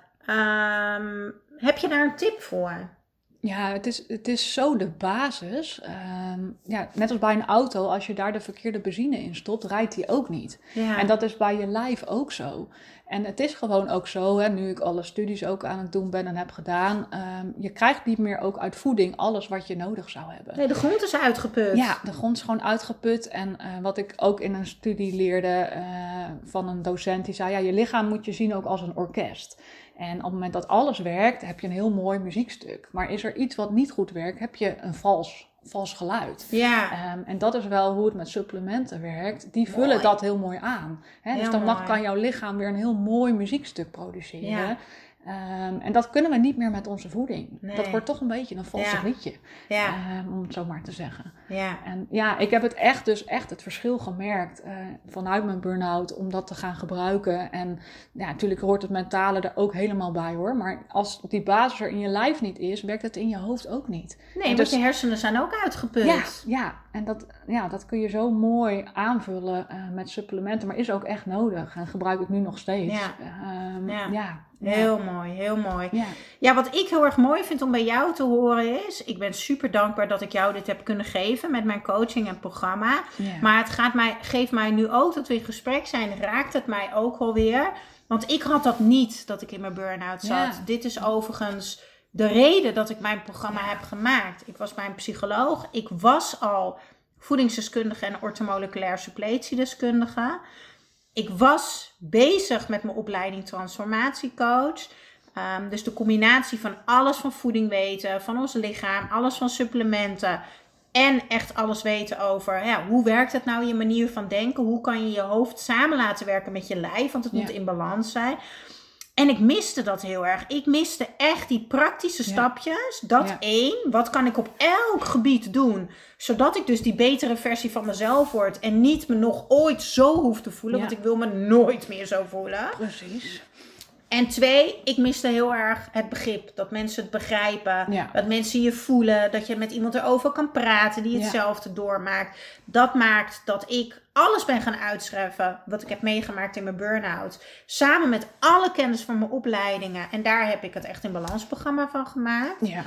Heb je daar een tip voor? Ja, het is zo de basis. Net als bij een auto, als je daar de verkeerde benzine in stopt, rijdt die ook niet. Ja. En dat is bij je lijf ook zo. En het is gewoon ook zo, hè, nu ik alle studies ook aan het doen ben en heb gedaan. Je krijgt niet meer ook uit voeding alles wat je nodig zou hebben. Nee, de grond is uitgeput. Ja, de grond is gewoon uitgeput. En wat ik ook in een studie leerde van een docent, die zei, je lichaam moet je zien ook als een orkest. En op het moment dat alles werkt, heb je een heel mooi muziekstuk. Maar is er iets wat niet goed werkt, heb je een vals geluid. Ja. En dat is wel hoe het met supplementen werkt. Die vullen dat heel mooi aan. Hè? Dus dan kan jouw lichaam weer een heel mooi muziekstuk produceren. Ja. En dat kunnen we niet meer met onze voeding. Nee. Dat wordt toch een beetje een valse liedje. Ja. Om het zo maar te zeggen. Ja. En ik heb het echt het verschil gemerkt vanuit mijn burn-out om dat te gaan gebruiken. En natuurlijk hoort het mentale er ook helemaal bij hoor. Maar als die basis er in je lijf niet is, werkt het in je hoofd ook niet. Nee, want je hersenen zijn ook uitgeput. Ja. En dat kun je zo mooi aanvullen met supplementen. Maar is ook echt nodig. En gebruik ik nu nog steeds. Heel mooi, heel mooi. Ja, wat ik heel erg mooi vind om bij jou te horen is... Ik ben super dankbaar dat ik jou dit heb kunnen geven met mijn coaching en programma. Ja. Maar het geeft mij nu ook dat we in gesprek zijn, raakt het mij ook alweer. Want ik had dat niet, dat ik in mijn burn-out zat. Ja. Dit is overigens de reden dat ik mijn programma heb gemaakt. Ik was bij een psycholoog. Ik was al voedingsdeskundige en orthomoleculair suppletiedeskundige. Ik was bezig met mijn opleiding transformatiecoach. Dus de combinatie van alles van voeding weten, van ons lichaam, alles van supplementen en echt alles weten over hoe werkt het nou, je manier van denken, hoe kan je je hoofd samen laten werken met je lijf, want het moet in balans zijn. En ik miste dat heel erg. Ik miste echt die praktische stapjes. Dat wat kan ik op elk gebied doen, zodat ik dus die betere versie van mezelf word en niet me nog ooit zo hoef te voelen, want ik wil me nooit meer zo voelen. Precies. En 2, ik miste heel erg het begrip. Dat mensen het begrijpen. Ja. Dat mensen je voelen. Dat je met iemand erover kan praten die hetzelfde doormaakt. Dat maakt dat ik alles ben gaan uitschrijven wat ik heb meegemaakt in mijn burn-out. Samen met alle kennis van mijn opleidingen. En daar heb ik het Echt in Balans programma van gemaakt. Ja.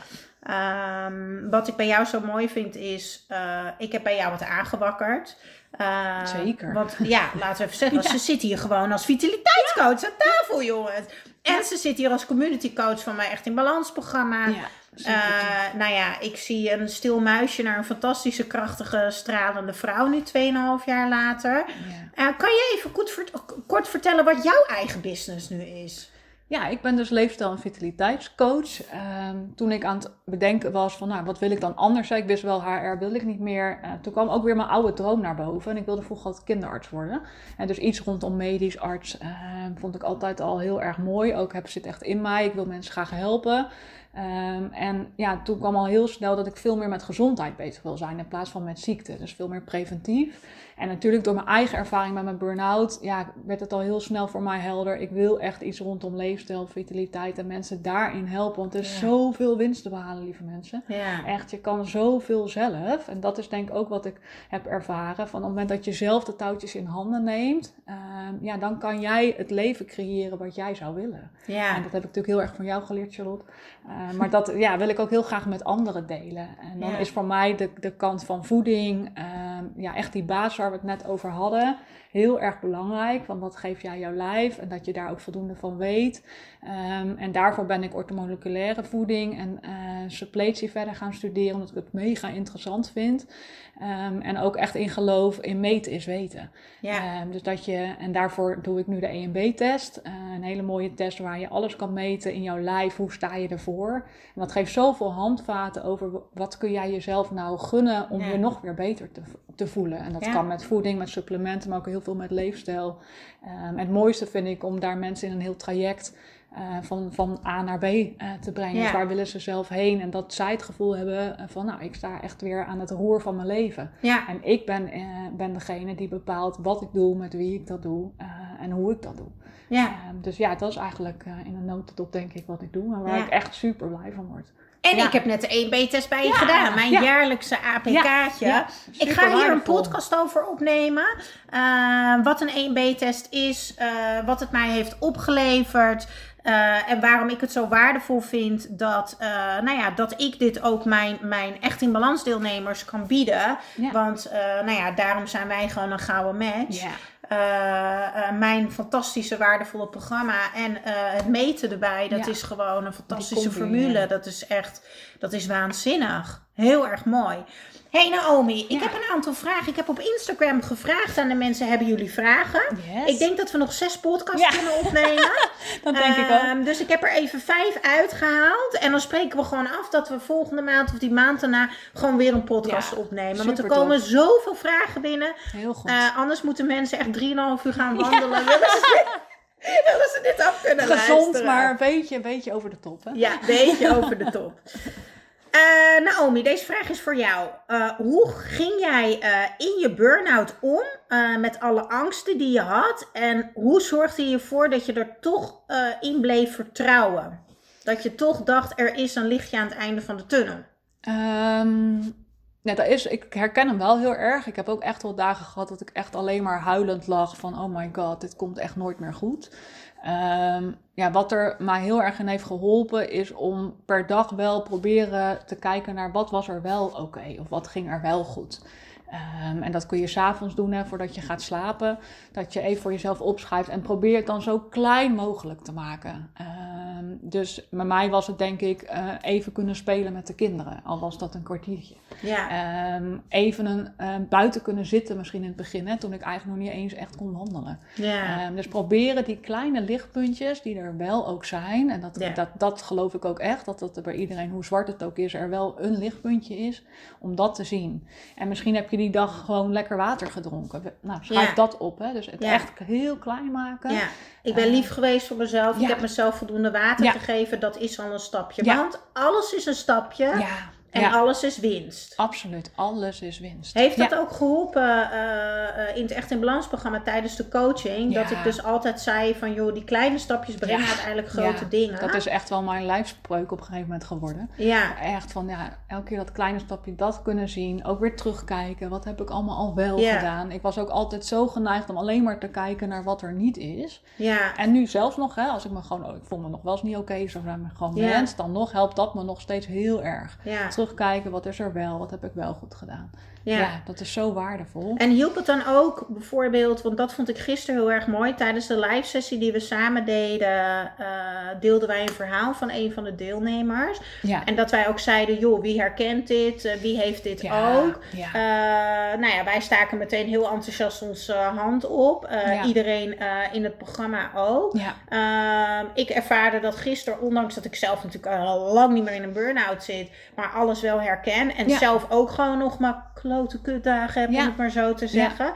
Wat ik bij jou zo mooi vind is, ik heb bij jou wat aangewakkerd. Zeker. Want laten we even zeggen, ze zit hier gewoon als vitaliteitscoach aan tafel, jongens. En ze zit hier als community coach van mijn Echt in Balans programma. Ik zie een stil muisje naar een fantastische, krachtige, stralende vrouw nu 2,5 jaar later. Kan je even kort vertellen wat jouw eigen business nu is? Ja, ik ben dus leefstijl- en vitaliteitscoach. Toen ik aan het bedenken was van, wat wil ik dan anders? Ik wist wel, HR wil ik niet meer. Toen kwam ook weer mijn oude droom naar boven. En ik wilde vroeger altijd kinderarts worden. En dus iets rondom medisch arts vond ik altijd al heel erg mooi. Ook zit echt in mij. Ik wil mensen graag helpen. Toen kwam al heel snel dat ik veel meer met gezondheid bezig wil zijn in plaats van met ziekte. Dus veel meer preventief. En natuurlijk door mijn eigen ervaring met mijn burn-out, werd het al heel snel voor mij helder. Ik wil echt iets rondom leefstijl, vitaliteit en mensen daarin helpen. Want er is zoveel winst te behalen, lieve mensen. Ja. Echt, je kan zoveel zelf. En dat is denk ik ook wat ik heb ervaren. Van op het moment dat je zelf de touwtjes in handen neemt, dan kan jij het leven creëren wat jij zou willen. Ja. En dat heb ik natuurlijk heel erg van jou geleerd, Charlotte. Maar dat wil ik ook heel graag met anderen delen. En dan is voor mij de kant van voeding, echt die basis waar we het net over hadden, heel erg belangrijk. Van wat geeft jij jouw lijf en dat je daar ook voldoende van weet. En daarvoor ben ik orthomoleculaire voeding en suppletie verder gaan studeren, omdat ik het mega interessant vind. En ook echt in geloof in meten is weten. Ja. Dus en daarvoor doe ik nu de EMB-test. Een hele mooie test waar je alles kan meten in jouw lijf. Hoe sta je ervoor? En dat geeft zoveel handvaten over wat kun jij jezelf nou gunnen om je nog weer beter te voelen. En dat kan met voeding, met supplementen, maar ook heel veel met leefstijl. Het mooiste vind ik om daar mensen in een heel traject van A naar B te brengen. Dus waar willen ze zelf heen? En dat zij het gevoel hebben van, ik sta echt weer aan het roer van mijn leven. Ja. En ik ben degene die bepaalt wat ik doe, met wie ik dat doe en hoe ik dat doe. Ja. Dus dat is eigenlijk in een notendop denk ik wat ik doe. En waar ik echt super blij van word. En ik heb net de EMB-test bij je gedaan. Mijn jaarlijkse APK'tje. Ja, ik ga hier een podcast over opnemen. Wat een EMB-test is. Wat het mij heeft opgeleverd. En waarom ik het zo waardevol vind dat ik dit ook mijn Echt in Balans deelnemers kan bieden. Ja. Want daarom zijn wij gewoon een gouden match. Ja. Mijn fantastische waardevolle programma en het meten erbij, dat is gewoon een fantastische formule. Dat is waanzinnig. Heel erg mooi. Hey Naomi, ik heb een aantal vragen. Ik heb op Instagram gevraagd aan de mensen, hebben jullie vragen? Yes. Ik denk dat we nog 6 podcasts kunnen opnemen. Dat denk ik ook. Dus ik heb er even 5 uitgehaald. En dan spreken we gewoon af dat we volgende maand of die maand daarna gewoon weer een podcast opnemen. Want er komen zoveel vragen binnen. Heel goed. Anders moeten mensen echt 3,5 uur gaan wandelen. Willen ze dit af kunnen Gezond, luisteren. Maar een beetje over de top. Hè? Ja, een beetje over de top. Naomi, deze vraag is voor jou. Hoe ging jij in je burn-out om met alle angsten die je had? En hoe zorgde je ervoor dat je er toch in bleef vertrouwen? Dat je toch dacht, er is een lichtje aan het einde van de tunnel. Ik herken hem wel heel erg. Ik heb ook echt wel dagen gehad dat ik echt alleen maar huilend lag van, oh my god, dit komt echt nooit meer goed. Wat er mij heel erg in heeft geholpen is om per dag wel proberen te kijken naar wat was er wel oké, of wat ging er wel goed. En dat kun je 's avonds doen, hè, voordat je gaat slapen. Dat je even voor jezelf opschrijft en probeer het dan zo klein mogelijk te maken. Dus bij mij was het denk ik even kunnen spelen met de kinderen. Al was dat een kwartiertje. Ja. Even buiten kunnen zitten misschien in het begin. Hè, toen ik eigenlijk nog niet eens echt kon wandelen. Ja. Dus proberen die kleine lichtpuntjes die er wel ook zijn. En dat geloof ik ook echt. Dat er bij iedereen, hoe zwart het ook is, er wel een lichtpuntje is. Om dat te zien. En misschien heb je die dag gewoon lekker water gedronken. Nou, schrijf dat op. Hè. Dus het echt heel klein maken. Ja. Ik ben lief geweest voor mezelf. Ik heb mezelf voldoende water gegeven. Dat is al een stapje. Ja. Want alles is een stapje. Ja. En alles is winst. Absoluut, alles is winst. Heeft dat ook geholpen in het Echt in Balans programma tijdens de coaching? Ja. Dat ik dus altijd zei van joh, die kleine stapjes brengen uiteindelijk grote dingen. Dat is echt wel mijn lijfspreuk op een gegeven moment geworden. Ja. Echt van elke keer dat kleine stapje dat kunnen zien. Ook weer terugkijken. Wat heb ik allemaal al wel gedaan? Ik was ook altijd zo geneigd om alleen maar te kijken naar wat er niet is. Ja. En nu zelfs nog, hè, als ik me gewoon, ik voel me nog wel eens niet oké, zo zijn we gewoon mens, dan nog helpt dat me nog steeds heel erg. Ja. Terugkijken, wat is er wel, wat heb ik wel goed gedaan. Ja, dat is zo waardevol. En hielp het dan ook bijvoorbeeld, want dat vond ik gisteren heel erg mooi. Tijdens de live sessie die we samen deden, deelden wij een verhaal van een van de deelnemers. Ja. En dat wij ook zeiden, joh, wie herkent dit? Wie heeft dit ook? Ja. Wij staken meteen heel enthousiast onze hand op. Iedereen in het programma ook. Ja. Ik ervaarde dat gisteren, ondanks dat ik zelf natuurlijk al lang niet meer in een burn-out zit, maar alles wel herken. En zelf ook gewoon nog maar klote kutdagen heb, om het maar zo te zeggen.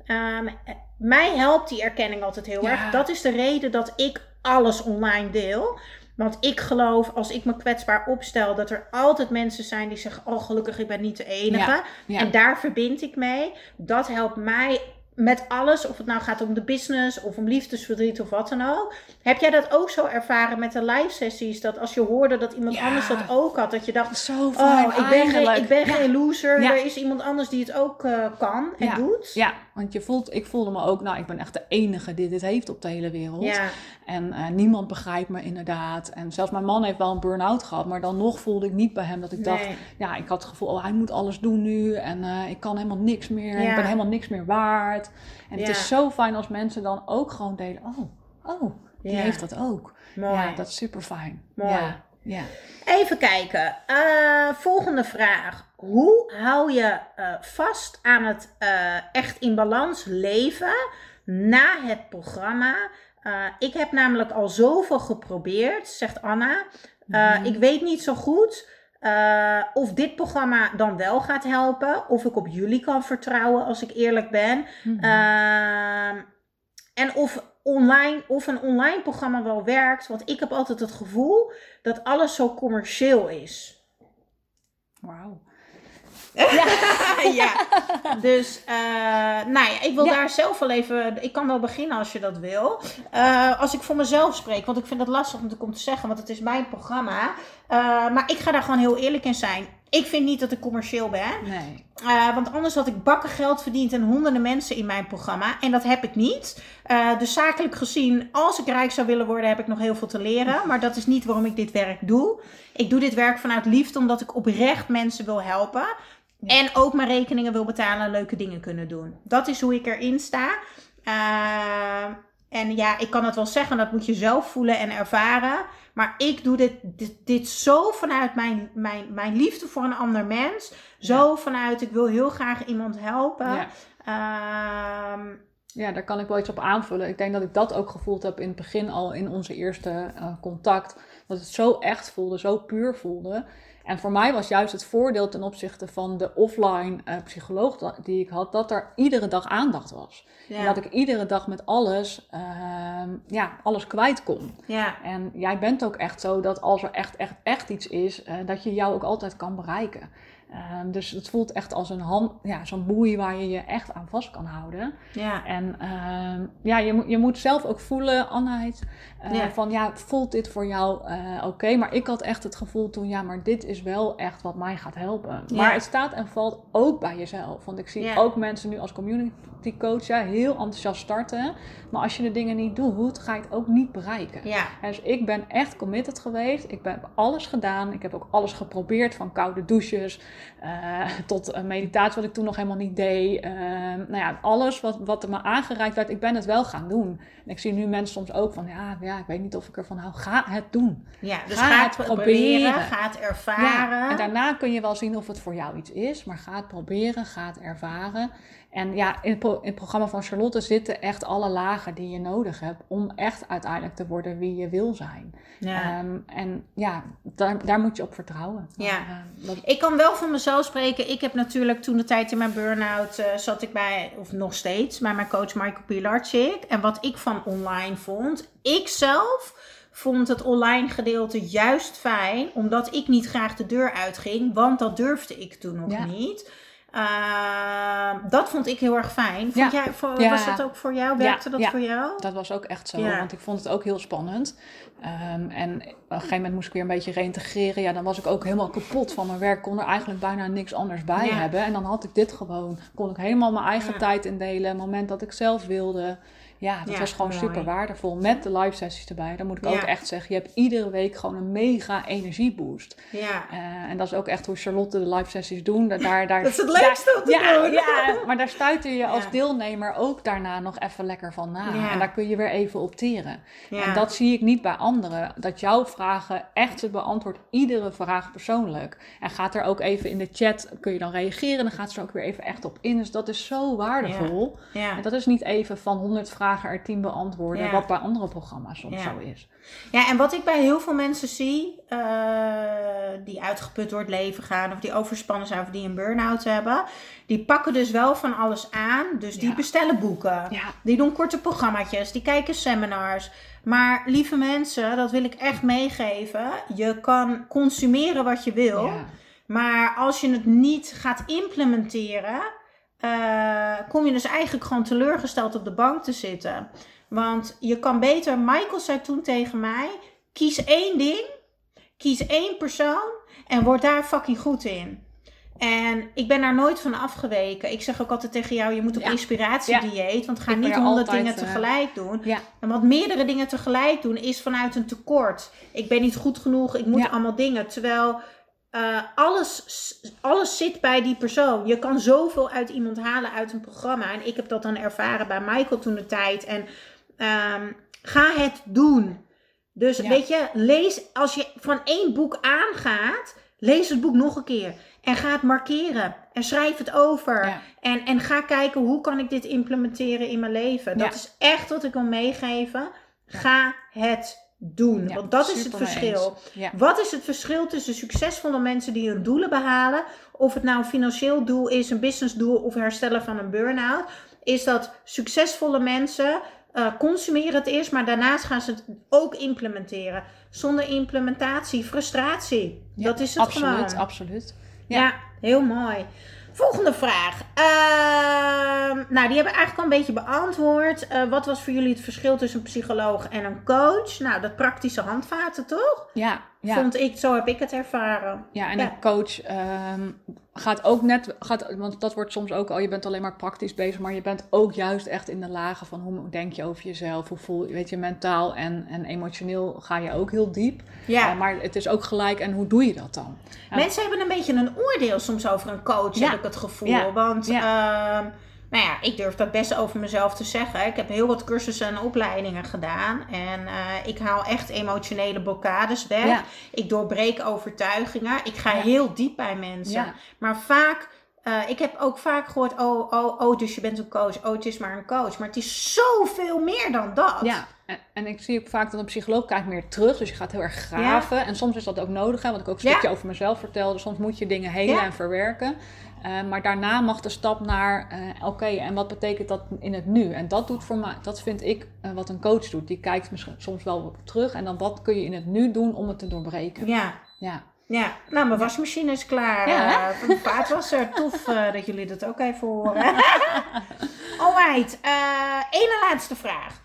Mij helpt die erkenning altijd heel erg. Dat is de reden dat ik alles online deel. Want ik geloof, als ik me kwetsbaar opstel, dat er altijd mensen zijn die zeggen, oh gelukkig, ik ben niet de enige. En daar verbind ik mee. Dat helpt mij met alles, of het nou gaat om de business of om liefdesverdriet of wat dan ook. Heb jij dat ook zo ervaren met de live sessies? Dat als je hoorde dat iemand anders dat ook had, dat je dacht, zo fijn, ik ben geen loser. Er is iemand anders die het ook kan en doet. Ja, want ik voelde me ook, ik ben echt de enige die dit heeft op de hele wereld. Ja. En niemand begrijpt me inderdaad. En zelfs mijn man heeft wel een burn-out gehad, maar dan nog voelde ik niet bij hem dat ik dacht, ik had het gevoel, hij moet alles doen nu en ik kan helemaal niks meer. Ik ben helemaal niks meer waard. En het is zo fijn als mensen dan ook gewoon delen, die heeft dat ook. Mooi. Ja, dat is super fijn. Mooi. Ja. Even kijken. Volgende vraag. Hoe hou je vast aan het Echt in Balans leven na het programma? Ik heb namelijk al zoveel geprobeerd, zegt Anna. Ik weet niet zo goed of dit programma dan wel gaat helpen. Of ik op jullie kan vertrouwen, als ik eerlijk ben. En of een online programma wel werkt. Want ik heb altijd het gevoel dat alles zo commercieel is. Wauw. Ja. Dus, ik wil daar zelf wel even. Ik kan wel beginnen als je dat wil. Als ik voor mezelf spreek, want ik vind het lastig natuurlijk om te zeggen, want het is mijn programma. Maar ik ga daar gewoon heel eerlijk in zijn. Ik vind niet dat ik commercieel ben. Nee. Want anders had ik bakken geld verdiend en honderden mensen in mijn programma. En dat heb ik niet. Dus zakelijk gezien, als ik rijk zou willen worden, heb ik nog heel veel te leren. Maar dat is niet waarom ik dit werk doe. Ik doe dit werk vanuit liefde, omdat ik oprecht mensen wil helpen. Ja. En ook mijn rekeningen wil betalen en leuke dingen kunnen doen. Dat is hoe ik erin sta. En ik kan het wel zeggen, dat moet je zelf voelen en ervaren. Maar ik doe dit zo vanuit mijn liefde voor een ander mens. Zo vanuit, ik wil heel graag iemand helpen. Ja, daar kan ik wel iets op aanvullen. Ik denk dat ik dat ook gevoeld heb in het begin al in onze eerste contact. Dat het zo echt voelde, zo puur voelde. En voor mij was juist het voordeel ten opzichte van de offline psycholoog die ik had, dat er iedere dag aandacht was. Ja. En dat ik iedere dag met alles kwijt kon. Ja. En jij bent ook echt zo dat als er echt iets is, dat je jou ook altijd kan bereiken. Dus het voelt echt als zo'n boei waar je je echt aan vast kan houden. Ja. En je moet zelf ook voelen, Annaheid, voelt dit voor jou oké? Maar ik had echt het gevoel toen, maar dit is wel echt wat mij gaat helpen. Ja. Maar het staat en valt ook bij jezelf. Want ik zie ook mensen nu als community coach heel enthousiast starten. Maar als je de dingen niet doet, ga je het ook niet bereiken. Ja. Dus ik ben echt committed geweest. Ik heb alles gedaan. Ik heb ook alles geprobeerd, van koude douches tot meditatie wat ik toen nog helemaal niet deed. Alles wat er me aangereikt werd, ik ben het wel gaan doen. En ik zie nu mensen soms ook van, ik weet niet of ik ervan hou. Ga het doen. Ja, dus ga het proberen, ga het ervaren. Ja, en daarna kun je wel zien of het voor jou iets is. Maar ga het proberen, ga het ervaren. En in het programma van Charlotte zitten echt alle lagen die je nodig hebt om echt uiteindelijk te worden wie je wil zijn. Ja. Daar moet je op vertrouwen. Ja. Ik kan wel van mezelf spreken. Ik heb natuurlijk toen de tijd in mijn burn-out zat ik bij, of nog steeds, bij mijn coach Michael Pilarczyk. En wat ik van online vond, ik zelf vond het online gedeelte juist fijn, omdat ik niet graag de deur uitging, want dat durfde ik toen nog niet. Dat vond ik heel erg fijn. Was dat ook voor jou? Werkte dat voor jou? Dat was ook echt zo, want ik vond het ook heel spannend. En op een gegeven moment moest ik weer een beetje reïntegreren. Ja, dan was ik ook helemaal kapot van mijn werk. Kon er eigenlijk bijna niks anders bij hebben. En dan had ik dit gewoon. Kon ik helemaal mijn eigen tijd indelen. Het moment dat ik zelf wilde. Ja, dat was gewoon super waardevol. Met de live sessies erbij. Dan moet ik ook echt zeggen, je hebt iedere week gewoon een mega energieboost. Ja. En dat is ook echt hoe Charlotte de live sessies doen. Daar, dat is het leukste om te doen. Ja, maar daar stuiter je als deelnemer ook daarna nog even lekker van na. Ja. En daar kun je weer even opteren. Ja. En dat zie ik niet bij anderen. Dat jouw vragen echt het beantwoordt iedere vraag persoonlijk. En gaat er ook even in de chat, kun je dan reageren. Dan gaat ze er ook weer even echt op in. Dus dat is zo waardevol. Ja. Ja. En dat is niet even van 100 vragen er 10 beantwoorden, wat bij andere programma's soms zo is. Ja, en wat ik bij heel veel mensen zie, die uitgeput door het leven gaan, of die overspannen zijn, of die een burn-out hebben, die pakken dus wel van alles aan. Dus die bestellen boeken, die doen korte programmaatjes, die kijken seminars. Maar lieve mensen, dat wil ik echt meegeven, je kan consumeren wat je wil, maar als je het niet gaat implementeren, kom je dus eigenlijk gewoon teleurgesteld op de bank te zitten. Want je kan beter, Michael zei toen tegen mij, kies 1 ding, kies 1 persoon en word daar fucking goed in. En ik ben daar nooit van afgeweken. Ik zeg ook altijd tegen jou, je moet op inspiratiedieet, want ga niet 100 dingen tegelijk doen. Ja. En wat meerdere dingen tegelijk doen is vanuit een tekort. Ik ben niet goed genoeg, ik moet allemaal dingen, terwijl alles zit bij die persoon. Je kan zoveel uit iemand halen uit een programma. En ik heb dat dan ervaren bij Michael toen de tijd. En ga het doen. Dus weet je, lees, als je van 1 boek aangaat, lees het boek nog een keer. En ga het markeren. En schrijf het over. Ja. En ga kijken, hoe kan ik dit implementeren in mijn leven. Dat is echt wat ik wil meegeven. Ga het doen. Ja, want dat is het verschil. Ja. Wat is het verschil tussen succesvolle mensen die hun doelen behalen, of het nou een financieel doel is, een businessdoel of herstellen van een burn-out, is dat succesvolle mensen consumeren het eerst, maar daarnaast gaan ze het ook implementeren. Zonder implementatie, frustratie. Ja, dat is het gewoon. Absoluut. Ja, heel mooi. Volgende vraag. Die hebben we eigenlijk al een beetje beantwoord. Wat was voor jullie het verschil tussen een psycholoog en een coach? Nou, dat praktische handvaten, toch? Ja. Vond ik, zo heb ik het ervaren. Ja, en een coach gaat ook want dat wordt soms ook al, je bent alleen maar praktisch bezig, maar je bent ook juist echt in de lagen van hoe denk je over jezelf, hoe voel je, weet je, mentaal en emotioneel ga je ook heel diep. Ja. Maar het is ook gelijk, en hoe doe je dat dan? Mensen hebben een beetje een oordeel soms over een coach, heb ik het gevoel. Ja. Want ik durf dat best over mezelf te zeggen. Ik heb heel wat cursussen en opleidingen gedaan. En ik haal echt emotionele blokkades weg. Ja. Ik doorbreek overtuigingen. Ik ga heel diep bij mensen. Ja. Maar vaak, ik heb ook vaak gehoord, dus je bent een coach. Oh, het is maar een coach. Maar het is zoveel meer dan dat. Ja. En ik zie ook vaak dat een psycholoog kijkt meer terug. Dus je gaat heel erg graven. Ja. En soms is dat ook nodig. Wat ik ook een stukje over mezelf vertelde. Soms moet je dingen helen en verwerken. Maar daarna mag de stap naar, en wat betekent dat in het nu? En dat doet voor mij, dat vind ik wat een coach doet. Die kijkt misschien soms wel terug. En dan wat kun je in het nu doen om het te doorbreken? Ja, nou, mijn wasmachine is klaar. Van de vaatwasser. Tof dat jullie dat ook even horen. Alright, ene laatste vraag.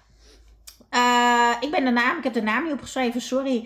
Ik heb de naam niet opgeschreven, sorry.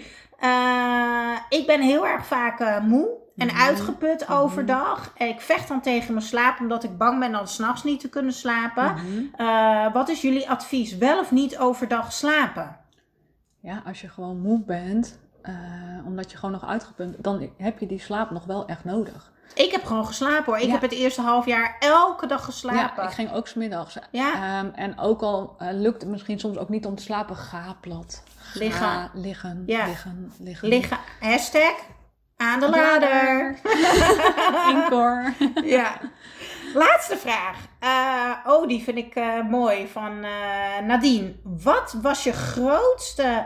Ik ben heel erg vaak moe en uitgeput overdag. Ik vecht dan tegen mijn slaap omdat ik bang ben dan 's nachts niet te kunnen slapen. Wat is jullie advies? Wel of niet overdag slapen? Ja, als je gewoon moe bent, omdat je gewoon nog uitgeput, dan heb je die slaap nog wel echt nodig. Ik heb gewoon geslapen hoor. Ik heb het eerste half jaar elke dag geslapen. Ja, ik ging ook 's middags. Ja. En ook al lukt het misschien soms ook niet om te slapen, ga plat. Liggen. Hashtag aan de lader. Inkor. Ja. Laatste vraag. Die vind ik mooi. Van Nadine. Wat was je grootste...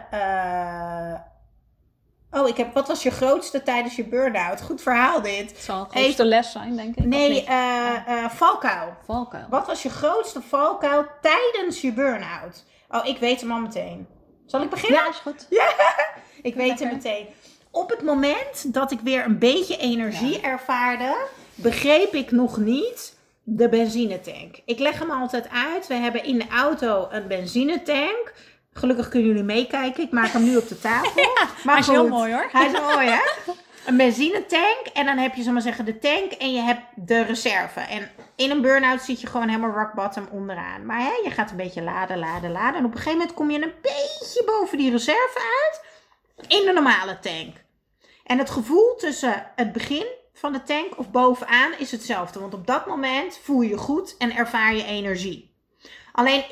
wat was je grootste tijdens je burn-out? Goed verhaal dit. Het zal de grootste les zijn, denk ik. Nee, valkuil. Valkuil. Wat was je grootste valkuil tijdens je burn-out? Oh, ik weet hem al meteen. Zal ik beginnen? Ja, is goed. Ja, ik weet hem meteen. Op het moment dat ik weer een beetje energie ervaarde, begreep ik nog niet de benzinetank. Ik leg hem altijd uit. We hebben in de auto een benzinetank. Gelukkig kunnen jullie meekijken. Ik maak hem nu op de tafel. Maar hij is heel mooi hoor. Hij is mooi hè? Een benzinetank. En dan heb je, zal maar zeggen, de tank en je hebt de reserve. En in een burn-out zit je gewoon helemaal rock bottom onderaan. Maar je gaat een beetje laden. En op een gegeven moment kom je een beetje boven die reserve uit. In de normale tank. En het gevoel tussen het begin van de tank of bovenaan is hetzelfde. Want op dat moment voel je je goed en ervaar je energie. Alleen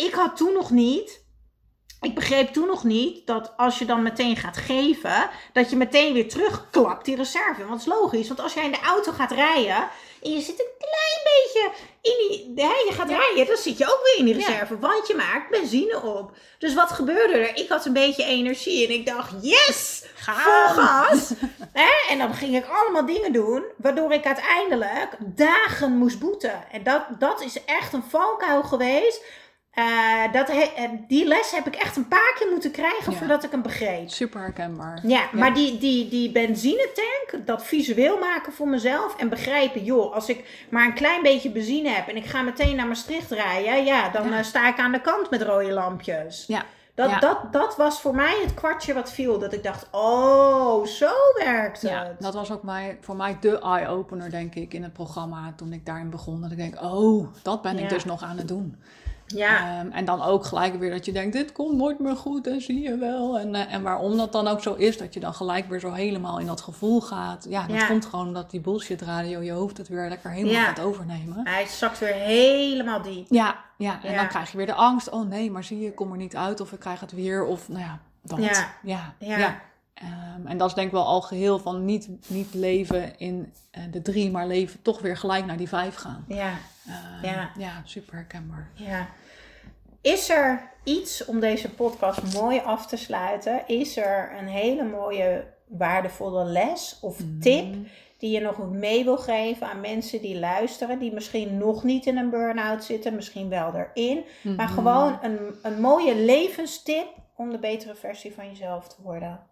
ik begreep toen nog niet dat als je dan meteen gaat geven, dat je meteen weer terugklapt die reserve. Want dat is logisch, want als jij in de auto gaat rijden en je zit een klein beetje je gaat rijden, dan zit je ook weer in die reserve, want je maakt benzine op. Dus wat gebeurde er? Ik had een beetje energie en ik dacht, yes, vol gas. En dan ging ik allemaal dingen doen, waardoor ik uiteindelijk dagen moest boeten. En dat is echt een valkuil geweest. Die les heb ik echt een paar keer moeten krijgen voordat ik hem begreep. Super herkenbaar. Ja, maar die benzinetank, dat visueel maken voor mezelf en begrijpen, joh, als ik maar een klein beetje benzine heb en ik ga meteen naar Maastricht rijden, dan sta ik aan de kant met rode lampjes. Ja. Dat was voor mij het kwartje wat viel. Dat ik dacht, oh, zo werkt het. Ja, dat was ook voor mij de eye-opener, denk ik, in het programma toen ik daarin begon. Dat ik denk, dat ben ik dus nog aan het doen. Ja. En dan ook gelijk weer dat je denkt, dit komt nooit meer goed en zie je wel. En waarom dat dan ook zo is, dat je dan gelijk weer zo helemaal in dat gevoel gaat. Ja, dat komt gewoon omdat die bullshit radio je hoofd het weer lekker helemaal gaat overnemen. Hij zakt weer helemaal diep. Ja, en dan krijg je weer de angst. Oh nee, maar zie je, ik kom er niet uit of ik krijg het weer. Of dat. Ja. En dat is denk ik wel al geheel van niet leven in de 3, maar leven toch weer gelijk naar die 5 gaan. Ja, super herkenbaar. Ja. Is er iets om deze podcast mooi af te sluiten? Is er een hele mooie waardevolle les of tip die je nog mee wil geven aan mensen die luisteren, die misschien nog niet in een burn-out zitten, misschien wel erin, maar gewoon een mooie levenstip om de betere versie van jezelf te worden?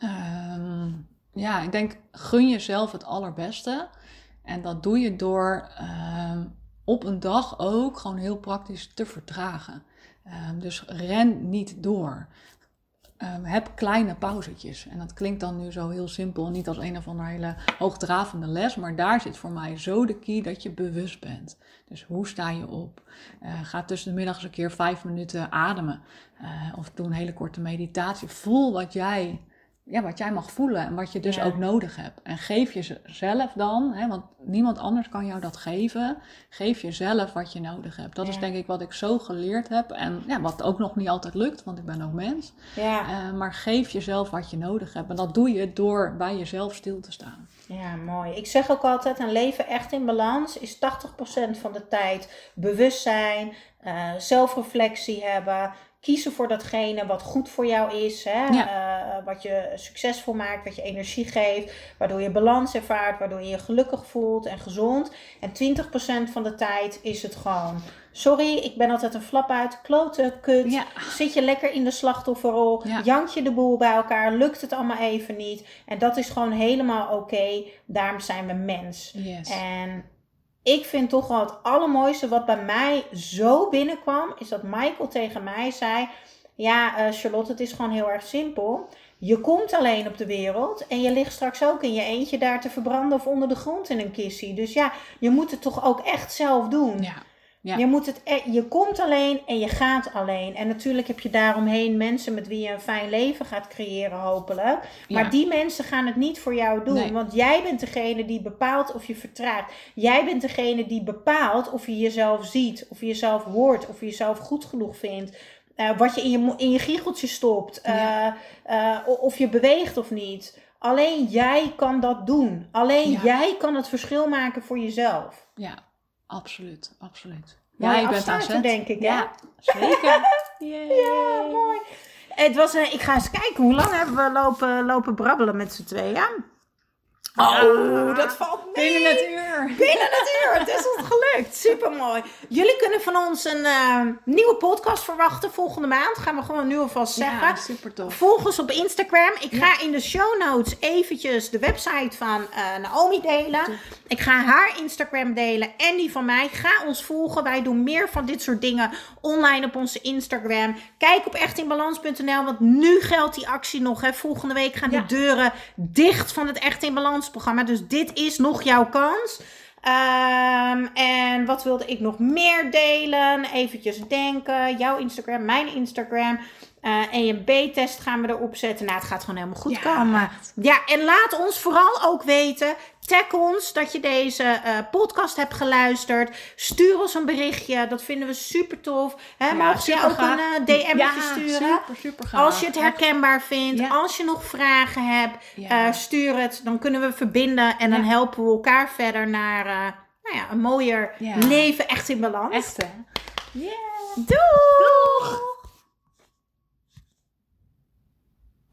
Ik denk, gun jezelf het allerbeste. En dat doe je door op een dag ook gewoon heel praktisch te vertragen. Dus ren niet door. Heb kleine pauzetjes. En dat klinkt dan nu zo heel simpel, niet als een of andere hele hoogdravende les. Maar daar zit voor mij zo de key dat je bewust bent. Dus hoe sta je op? Ga tussen de middag eens een keer 5 minuten ademen. Of doe een hele korte meditatie. Voel wat jij mag voelen en wat je dus ook nodig hebt. En geef jezelf dan, want niemand anders kan jou dat geven. Geef jezelf wat je nodig hebt. Dat is denk ik wat ik zo geleerd heb. En wat ook nog niet altijd lukt, want ik ben ook mens. Ja. Maar geef jezelf wat je nodig hebt. En dat doe je door bij jezelf stil te staan. Ja, mooi. Ik zeg ook altijd, een leven echt in balans is 80% van de tijd bewustzijn, zelfreflectie hebben, kiezen voor datgene wat goed voor jou is, wat je succesvol maakt, wat je energie geeft, waardoor je balans ervaart, waardoor je je gelukkig voelt en gezond. En 20% van de tijd is het gewoon, sorry, ik ben altijd een flap uit, klote, kut, zit je lekker in de slachtofferrol, jank je de boel bij elkaar, lukt het allemaal even niet. En dat is gewoon helemaal oké. Daarom zijn we mens. Yes. En ik vind toch wel het allermooiste wat bij mij zo binnenkwam, is dat Michael tegen mij zei, Charlotte, het is gewoon heel erg simpel. Je komt alleen op de wereld en je ligt straks ook in je eentje daar te verbranden of onder de grond in een kissie. Dus je moet het toch ook echt zelf doen. Ja. Ja. Je komt alleen en je gaat alleen. En natuurlijk heb je daaromheen mensen met wie je een fijn leven gaat creëren, hopelijk. Maar die mensen gaan het niet voor jou doen. Nee. Want jij bent degene die bepaalt of je vertraagt. Jij bent degene die bepaalt of je jezelf ziet, of je jezelf hoort, of je jezelf goed genoeg vindt. Wat je in je giecheltje stopt. Of je beweegt of niet. Alleen jij kan dat doen. Alleen jij kan het verschil maken voor jezelf. Ja, absoluut. Jij bent aan zet, denk ik. Ja, zeker. Ja, mooi. Ik ga eens kijken, hoe lang hebben we lopen brabbelen met z'n tweeën? Oh, dat valt mee. Binnen het uur. Het is ons gelukt. Supermooi. Jullie kunnen van ons een nieuwe podcast verwachten volgende maand. Gaan we gewoon nu alvast zeggen. Ja, super tof. Volg ons op Instagram. Ik ga in de show notes eventjes de website van Naomi delen. Tof. Ik ga haar Instagram delen en die van mij. Ga ons volgen. Wij doen meer van dit soort dingen online op onze Instagram. Kijk op echtinbalans.nl, want nu geldt die actie nog. Hè. Volgende week gaan de deuren dicht van het Echt in Balans programma. Dus dit is nog jouw kans. En wat wilde ik nog meer delen? Eventjes denken. Jouw Instagram, mijn Instagram. EMB-test gaan we erop zetten. Nou, het gaat gewoon helemaal goed komen. Echt. Ja, en laat ons vooral ook weten. Tag ons dat je deze podcast hebt geluisterd. Stuur ons een berichtje. Dat vinden we super tof. Mag je ook een DM'tje sturen? Super gaaf. Als je het herkenbaar vindt. Als je nog vragen hebt. Stuur het. Dan kunnen we verbinden. En dan helpen we elkaar verder naar een mooier leven. Echt in balans. Echt hè? Doeg!